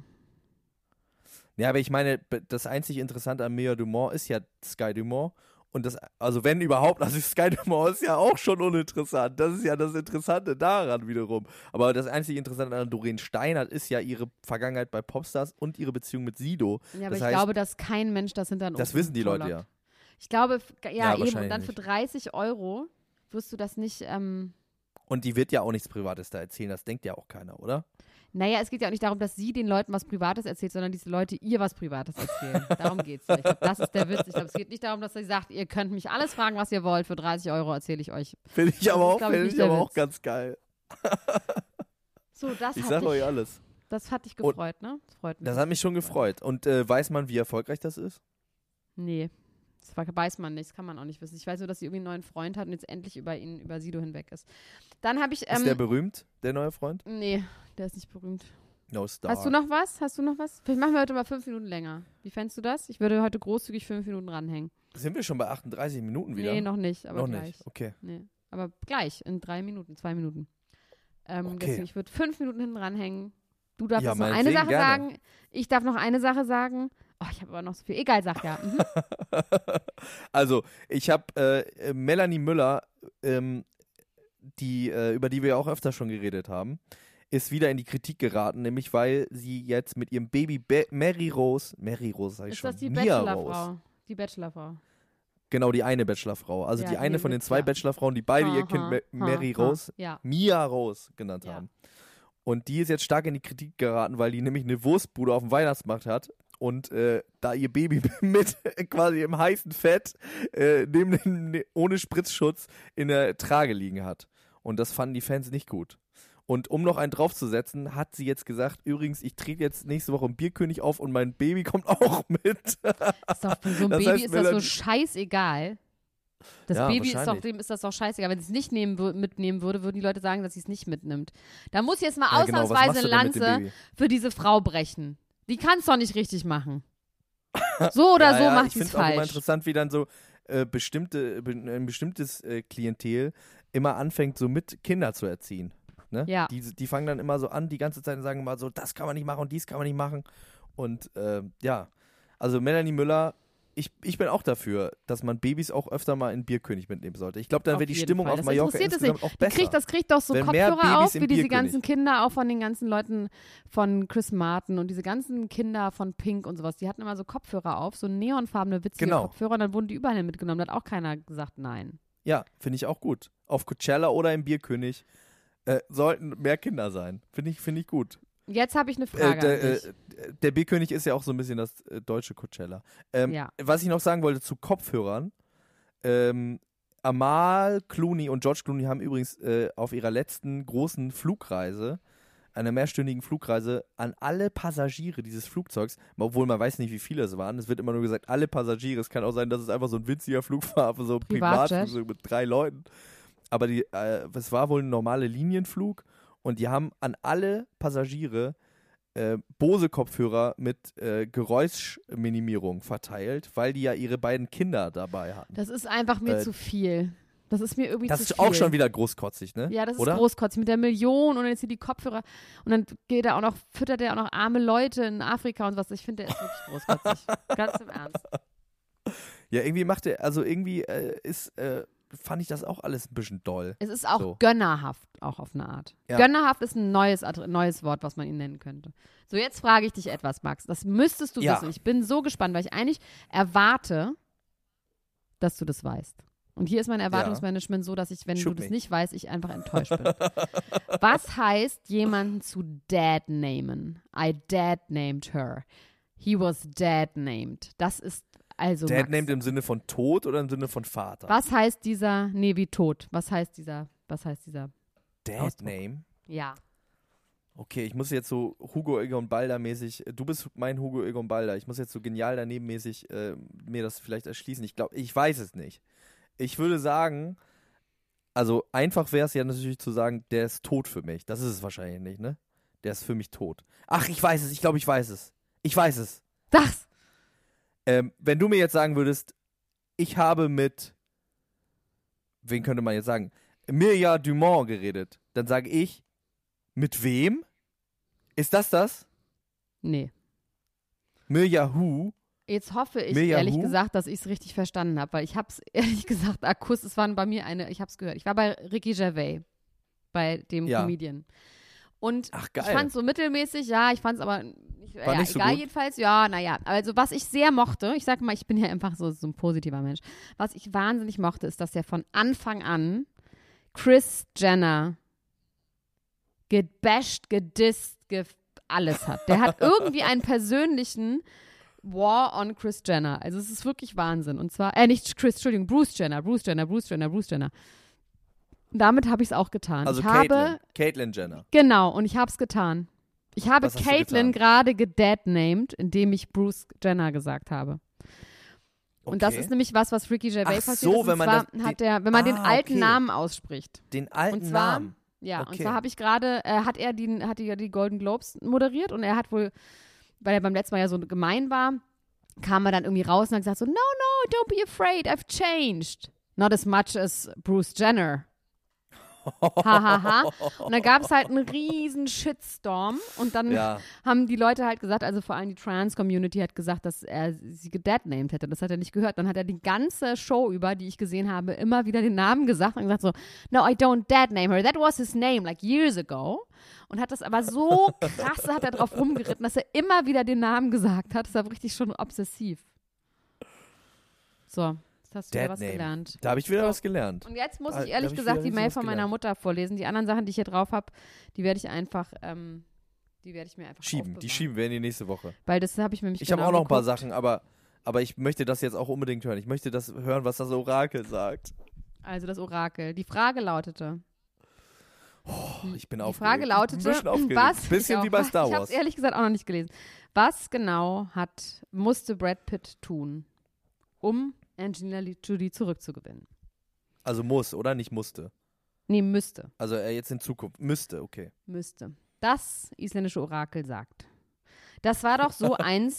Ja, aber ich meine, das einzig Interessante an Mia Dumont ist ja Sky Dumont. Und das, also wenn überhaupt, also Sky Dumont ist ja auch schon uninteressant. Das ist ja das Interessante daran wiederum. Aber das einzige Interessante an Doreen Steinert ist ja ihre Vergangenheit bei Popstars und ihre Beziehung mit Sido. Ja, aber das ich heißt, glaube, dass kein Mensch das hinter einen das Ofen wissen die Leute vorlockt. ja. Ich glaube, Ja, ja eben. Und wahrscheinlich dann für nicht. 30 Euro wirst du das nicht. Und die wird ja auch nichts Privates da erzählen, das denkt ja auch keiner, oder? Naja, es geht ja auch nicht darum, dass sie den Leuten was Privates erzählt, sondern diese Leute ihr was Privates erzählen. Darum geht's ja. Ich glaube, das ist der Witz. Ich glaube, es geht nicht darum, dass sie sagt, ihr könnt mich alles fragen, was ihr wollt. Für 30 Euro erzähle ich euch. Finde ich Das aber ist, auch, glaub ich, find nicht ich der aber auch Witz. ganz geil. So, das Ich hat sag dich, euch alles. das hat dich gefreut, ne? Das freut mich. Das hat mich schon gefreut. Und weiß man, wie erfolgreich das ist? Nee, das weiß man nicht. Das kann man auch nicht wissen. Ich weiß nur, dass sie irgendwie einen neuen Freund hat und jetzt endlich über Sido hinweg ist. Dann habe ich. Ist der berühmt, der neue Freund? Nee, der ist nicht berühmt. No Star. Hast du noch was? Vielleicht machen wir heute mal 5 Minuten länger. Wie fändest du das? Ich würde heute großzügig 5 Minuten ranhängen. Sind wir schon bei 38 Minuten wieder? Nee, noch nicht, aber noch gleich. nicht, okay. Nee, aber gleich, in 2 Minuten. Okay. Deswegen, ich würde 5 Minuten hinten ranhängen. Du darfst Ja, jetzt noch eine meinetwegen Sache gerne. sagen. Ich darf noch eine Sache sagen. Oh, ich habe aber noch so viel. Egal, sag ja. Mhm. Also, ich habe Melanie Müller, über die wir ja auch öfter schon geredet haben, ist wieder in die Kritik geraten, nämlich weil sie jetzt mit ihrem Baby Mary Rose sag ich Ist schon, das die Mia Bachelorfrau? Rose. Die Bachelorfrau. Genau, die eine Bachelorfrau. Also Ja, die eine nee, von den mit 2 klar. Bachelorfrauen, die beide ihr Ha, Kind ha, Mary ha, ha. Rose, Ja. Mia Rose genannt Ja. haben. Und die ist jetzt stark in die Kritik geraten, weil die nämlich eine Wurstbude auf dem Weihnachtsmarkt hat und da ihr Baby mit quasi im heißen Fett ohne Spritzschutz in der Trage liegen hat. Und das fanden die Fans nicht gut. Und um noch einen draufzusetzen, hat sie jetzt gesagt, übrigens, ich trete jetzt nächste Woche im Bierkönig auf und mein Baby kommt auch mit. Ist doch für so ein Das Baby heißt, ist das so Melanie- scheißegal. Das Ja, Baby wahrscheinlich. dem ist das doch scheißegal. Wenn sie es nicht mitnehmen würde, würden die Leute sagen, dass sie es nicht mitnimmt. Da muss jetzt mal Ja, genau, was ausnahmsweise machst du eine denn mit dem Lanze Baby? für diese Frau brechen. Die kann es doch nicht richtig machen. So oder Ja, so ja, macht ich sie es finde auch immer falsch. interessant, wie dann so ein bestimmtes Klientel immer anfängt, so mit Kinder zu erziehen. Ne? Ja. Die fangen dann immer so an, die ganze Zeit und sagen immer so, das kann man nicht machen und dies kann man nicht machen. Und ja, also Melanie Müller, ich bin auch dafür, dass man Babys auch öfter mal in Bierkönig mitnehmen sollte. Ich glaube, dann Auf wäre die jeden Stimmung Fall. auf Das Mallorca interessiert es insgesamt nicht. auch besser. Das kriegt doch so Wenn mehr Kopfhörer Babys auf, im wie diese Bierkönig. ganzen Kinder auch von den ganzen Leuten von Chris Martin und diese ganzen Kinder von Pink und sowas. Die hatten immer so Kopfhörer auf, so neonfarbene, witzige Genau. Kopfhörer und dann wurden die überall mitgenommen. Da hat auch keiner gesagt nein. Ja, finde ich auch gut. Auf Coachella oder im Bierkönig sollten mehr Kinder sein. Finde ich gut. Jetzt habe ich eine Frage an dich. Der Bierkönig ist ja auch so ein bisschen das deutsche Coachella. Ja. Was ich noch sagen wollte zu Kopfhörern. Amal Clooney und George Clooney haben übrigens auf ihrer letzten großen Flugreise, einer mehrstündigen Flugreise, an alle Passagiere dieses Flugzeugs, obwohl man weiß nicht, wie viele es waren, es wird immer nur gesagt, alle Passagiere, es kann auch sein, dass es einfach so ein winziger Flug war, so ein Privatjet. Privatflug mit 3 Leuten. Aber es war wohl ein normaler Linienflug und die haben an alle Passagiere Bose-Kopfhörer mit Geräuschminimierung verteilt, weil die ja ihre beiden Kinder dabei hatten. Das ist einfach mir Äh, zu viel. Das ist mir irgendwie Das zu ist viel. auch schon wieder großkotzig, ne? Ja, das Oder? ist großkotzig mit der Million und dann jetzt hier die Kopfhörer und dann füttert er auch noch arme Leute in Afrika und was. Ich finde, der ist wirklich großkotzig. Ganz im Ernst. Ja, irgendwie macht er, also irgendwie fand ich das auch alles ein bisschen doll. Es ist auch so. gönnerhaft, auch auf eine Art. Ja. Gönnerhaft ist ein neues Wort, was man ihn nennen könnte. So, jetzt frage ich dich etwas, Max. Das müsstest du wissen. Ich bin so gespannt, weil ich eigentlich erwarte, dass du das weißt. Und hier ist mein Erwartungsmanagement so, dass ich, wenn du das nicht weißt, ich einfach enttäuscht bin. Was heißt, jemanden zu dad namen? I dad named her. He was dad named. Das ist also Dad Max. named im Sinne von Tod oder im Sinne von Vater? Was heißt dieser, wie tot? Was heißt dieser Dad Ausdruck? name? Ja. Okay, ich muss jetzt so Hugo Egon Balder mäßig, du bist mein Hugo Egon Balder, ich muss jetzt so genial daneben mäßig mir das vielleicht erschließen. Ich weiß es nicht. Ich würde sagen, also einfach wäre es ja natürlich zu sagen, der ist tot für mich. Das ist es wahrscheinlich nicht, ne? Der ist für mich tot. Ach, ich weiß es, ich glaube, ich weiß es. Ich weiß es. Das! Wenn du mir jetzt sagen würdest, ich habe mit, wen könnte man jetzt sagen, Mirja Dumont geredet, dann sage ich, mit wem? Ist das? Nee. Mirja Hu? Jetzt hoffe ich, Mirja ehrlich Hu? gesagt, dass ich es richtig verstanden habe, weil ich habe es, ehrlich gesagt, es waren bei mir ich habe es gehört. Ich war bei Ricky Gervais, bei dem Comedian. Und Ach, geil. ich fand es so mittelmäßig, ja, ich fand es aber nicht so egal gut? jedenfalls, ja, naja. Also was ich sehr mochte, ich sag mal, ich bin ja einfach so ein positiver Mensch, was ich wahnsinnig mochte, ist, dass er von Anfang an Kris Jenner gebasht, gedisst, alles hat. Der hat irgendwie einen persönlichen War on Kris Jenner. Also es ist wirklich Wahnsinn. Und zwar, Bruce Jenner. Damit habe ich es auch getan. Also Caitlyn Jenner. Genau, und ich habe es getan. Ich habe Was hast du Caitlyn getan? gerade gedadnamed, indem ich Bruce Jenner gesagt habe. Und das Okay. ist nämlich was Gervais Ach passiert so, ist. wenn man Wenn man den alten Namen ausspricht. Den alten Und zwar, Namen. ja, und Okay. zwar habe ich gerade, hat er die Golden Globes moderiert und er hat wohl, weil er beim letzten Mal ja so gemein war, kam er dann irgendwie raus und hat gesagt so, no, don't be afraid, I've changed. Not as much as Bruce Jenner. Hahaha. Und dann gab es halt einen riesen Shitstorm und dann haben die Leute halt gesagt, also vor allem die Trans-Community hat gesagt, dass er sie gedadnamed hätte. Das hat er nicht gehört. Dann hat er die ganze Show über, die ich gesehen habe, immer wieder den Namen gesagt und gesagt so, no, I don't dadname her. That was his name, like years ago. Und hat das aber so krass, hat er drauf rumgeritten, dass er immer wieder den Namen gesagt hat. Das war richtig schon obsessiv. So. Hast du wieder was gelernt. Da habe ich wieder was gelernt. Und jetzt muss ich ehrlich gesagt die Mail von meiner Mutter vorlesen. Die anderen Sachen, die ich hier drauf habe, die werde ich mir einfach schieben. Die schieben wir in die nächste Woche. Weil das habe ich mir nämlich Ich habe auch noch ein paar Sachen, aber ich möchte das jetzt auch unbedingt hören. Ich möchte das hören, was das Orakel sagt. Also das Orakel. Die Frage lautete. Ich bin Die aufgeregt. Frage lautete, was? Bisschen wie bei Star Ich habe Wars. es ehrlich gesagt auch noch nicht gelesen. Was genau musste Brad Pitt tun, um Angelina Jolie zurückzugewinnen? Also muss, oder? Nicht musste. Nee, müsste. Also er jetzt in Zukunft. Müsste, okay. Müsste. Das isländische Orakel sagt. Das war doch so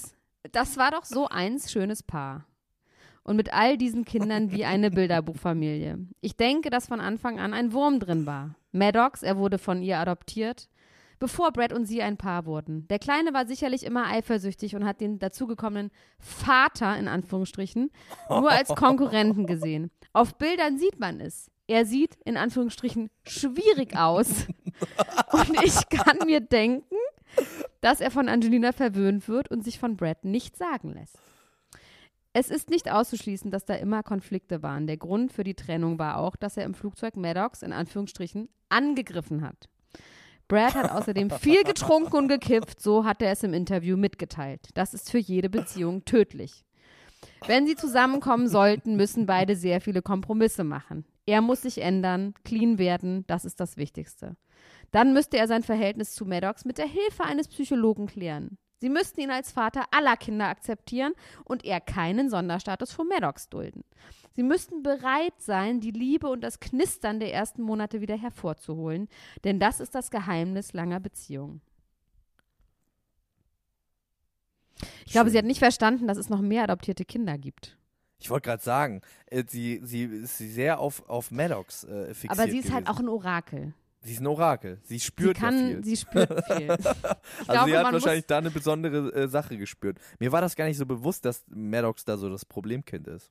eins schönes Paar. Und mit all diesen Kindern wie eine Bilderbuchfamilie. Ich denke, dass von Anfang an ein Wurm drin war. Maddox, er wurde von ihr adoptiert, bevor Brad und sie ein Paar wurden. Der Kleine war sicherlich immer eifersüchtig und hat den dazugekommenen Vater, in Anführungsstrichen, nur als Konkurrenten gesehen. Auf Bildern sieht man es. Er sieht, in Anführungsstrichen, schwierig aus. Und ich kann mir denken, dass er von Angelina verwöhnt wird und sich von Brad nicht sagen lässt. Es ist nicht auszuschließen, dass da immer Konflikte waren. Der Grund für die Trennung war auch, dass er im Flugzeug Maddox, in Anführungsstrichen, angegriffen hat. Brad hat außerdem viel getrunken und gekifft, so hat er es im Interview mitgeteilt. Das ist für jede Beziehung tödlich. Wenn sie zusammenkommen sollten, müssen beide sehr viele Kompromisse machen. Er muss sich ändern, clean werden, das ist das Wichtigste. Dann müsste er sein Verhältnis zu Maddox mit der Hilfe eines Psychologen klären. Sie müssten ihn als Vater aller Kinder akzeptieren und er keinen Sonderstatus von Maddox dulden. Sie müssten bereit sein, die Liebe und das Knistern der ersten Monate wieder hervorzuholen, denn das ist das Geheimnis langer Beziehungen. Ich glaube, sie hat nicht verstanden, dass es noch mehr adoptierte Kinder gibt. Ich wollte gerade sagen, sie ist sehr auf Maddox fixiert Aber sie ist halt gewesen. auch ein Orakel. Sie ist ein Orakel. Sie spürt viel. Sie spürt viel. Also sie hat wahrscheinlich da eine besondere Sache gespürt. Mir war das gar nicht so bewusst, dass Maddox da so das Problemkind ist.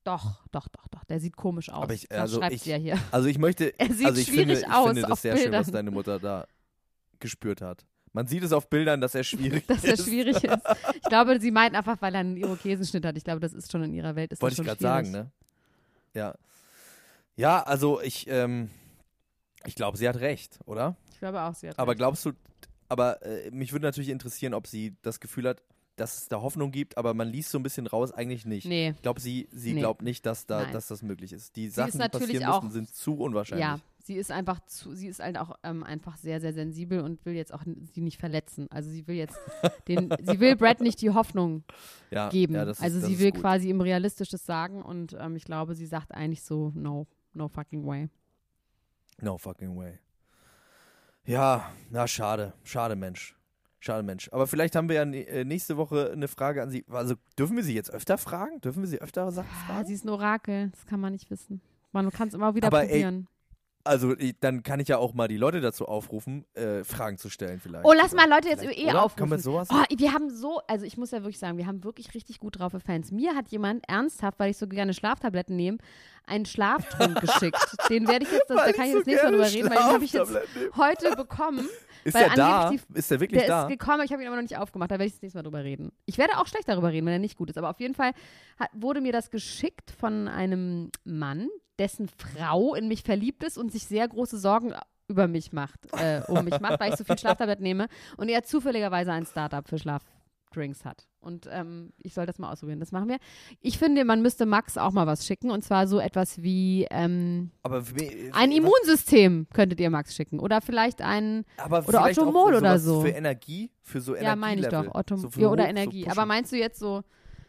Doch. Der sieht komisch aus. Aber Das schreibt sie ja hier. Also ich möchte, Er sieht ich schwierig finde, aus ich finde das auf sehr schön, Bildern. was deine Mutter da gespürt hat. Man sieht es auf Bildern, dass er schwierig Dass er ist. schwierig ist. Ich glaube, sie meint einfach, weil er einen Irokesenschnitt hat. Ich glaube, das ist schon in ihrer Welt. Wollte ich gerade sagen, ne? Ja. Ja, also ich glaube, sie hat recht, oder? Ich glaube auch, sie hat Aber recht. glaubst du, mich würde natürlich interessieren, ob sie das Gefühl hat, dass es da Hoffnung gibt, aber man liest so ein bisschen raus, eigentlich nicht. Nee. Ich glaube, sie Nee. glaubt nicht, dass Nein. das möglich ist. Die ist Sachen, die natürlich passieren auch- müssen, sind zu unwahrscheinlich. Ja, sie ist halt auch einfach sehr, sehr sensibel und will jetzt auch sie nicht verletzen. Also sie will jetzt sie will Brad nicht die Hoffnung Ja, geben. ja, das ist, also das sie ist will gut. quasi ihm Realistisches sagen und ich glaube, sie sagt eigentlich so, no fucking way. No fucking way. Ja, na schade. Schade, Mensch. Aber vielleicht haben wir ja nächste Woche eine Frage an Sie. Also dürfen wir Sie jetzt öfter fragen? Dürfen wir Sie öfter Sachen Ah, fragen? sie ist ein Orakel, das kann man nicht wissen. Man kann es immer wieder Aber, ey, probieren. Also dann kann ich ja auch mal die Leute dazu aufrufen, Fragen zu stellen vielleicht. Oh, lass mal Leute jetzt Vielleicht, eh oder? aufrufen. Kann man sowas? Oh, wir haben also ich muss ja wirklich sagen, wir haben wirklich richtig gut drauf für Fans. Mir hat jemand ernsthaft, weil ich so gerne Schlaftabletten nehme, einen Schlaftrunk geschickt. Den werde ich jetzt, da kann ich das nächste Mal drüber reden, weil den habe ich jetzt heute bekommen. Ist weil der da? angeblich Ist der wirklich Der da? ist gekommen, ich habe ihn aber noch nicht aufgemacht, da werde ich das nächste Mal drüber reden. Ich werde auch schlecht darüber reden, wenn er nicht gut ist, aber auf jeden Fall wurde mir das geschickt von einem Mann, dessen Frau in mich verliebt ist und sich sehr große Sorgen über mich macht, weil ich so viel Schlaftabletten nehme und er zufälligerweise ein Startup für Schlafdrinks hat. Und ich soll das mal ausprobieren, das machen wir. Ich finde, man müsste Max auch mal was schicken und zwar so etwas wie Aber ein Immunsystem könntet ihr Max schicken oder vielleicht oder vielleicht auch Ottomol oder sowas so. Für Energie, für so Energie. Ja, meine ich doch. Oder Energie. Aber meinst du jetzt so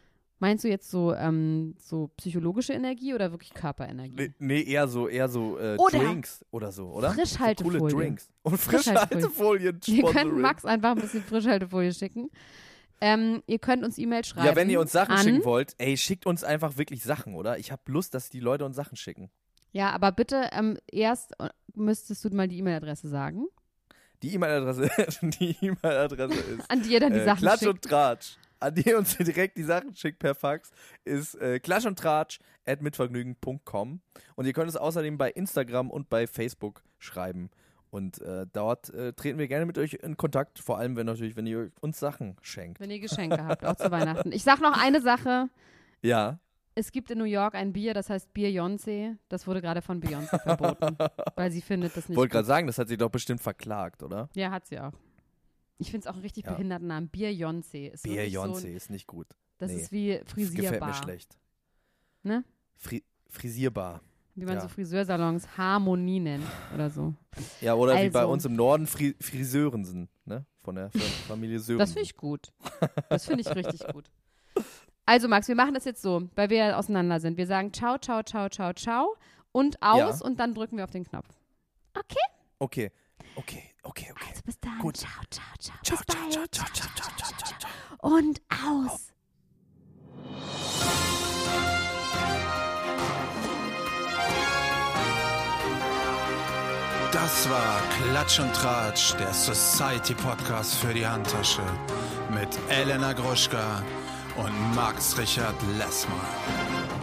psychologische Energie oder wirklich Körperenergie? Nee, eher so Oder Drinks oder so, oder? Frischhaltefolie. So coole Drinks. Und Frischhaltefolie. Frischhaltefolien. Wir können Max einfach ein bisschen Frischhaltefolie schicken. Ihr könnt uns E-Mail schreiben. Ja, wenn ihr uns Sachen an, schicken wollt, schickt uns einfach wirklich Sachen, oder? Ich habe Lust, dass die Leute uns Sachen schicken. Ja, aber bitte erst müsstest du mal die E-Mail-Adresse sagen, Die E-Mail-Adresse ist an die ihr dann die Sachen Klatsch schickt. und Tratsch. An die ihr uns direkt die Sachen schickt per Fax, ist klatschundtratsch@mitvergnügen.com. Und ihr könnt es außerdem bei Instagram und bei Facebook schreiben. Und dort treten wir gerne mit euch in Kontakt, vor allem wenn ihr uns Sachen schenkt. Wenn ihr Geschenke habt, auch zu Weihnachten. Ich sag noch eine Sache. Ja. Es gibt in New York ein Bier, das heißt Beyoncé. Das wurde gerade von Beyoncé verboten, weil sie findet das nicht Wollte gut. gerade sagen, das hat sie doch bestimmt verklagt, oder? Ja, hat sie auch. Ich finde es auch einen richtig Ja. behinderten Namen. Beyoncé ist wirklich Beyoncé so, ist nicht gut. das Nee. ist wie Das frisierbar. gefällt mir schlecht. Ne? Frisierbar. Wie man Ja. so Friseursalons Harmonie nennt oder so. Ja, oder wie bei Also. uns im Norden Friseurensen, ne? Von der Familie Sörensen. Das finde ich gut. Das finde ich richtig gut. Also Max, wir machen das jetzt so, weil wir ja auseinander sind. Wir sagen ciao, ciao, ciao, ciao, ciao und aus und dann drücken wir auf den Knopf. Okay? Okay. Also bis dann. Gut. Ciao, ciao, ciao. Ciao, Bis ciao, bald. ciao, ciao, ciao, ciao, ciao, ciao, ciao. Und aus. Das war Klatsch und Tratsch, der Society-Podcast für die Handtasche mit Elena Gruschka und Max Richard Lessmann.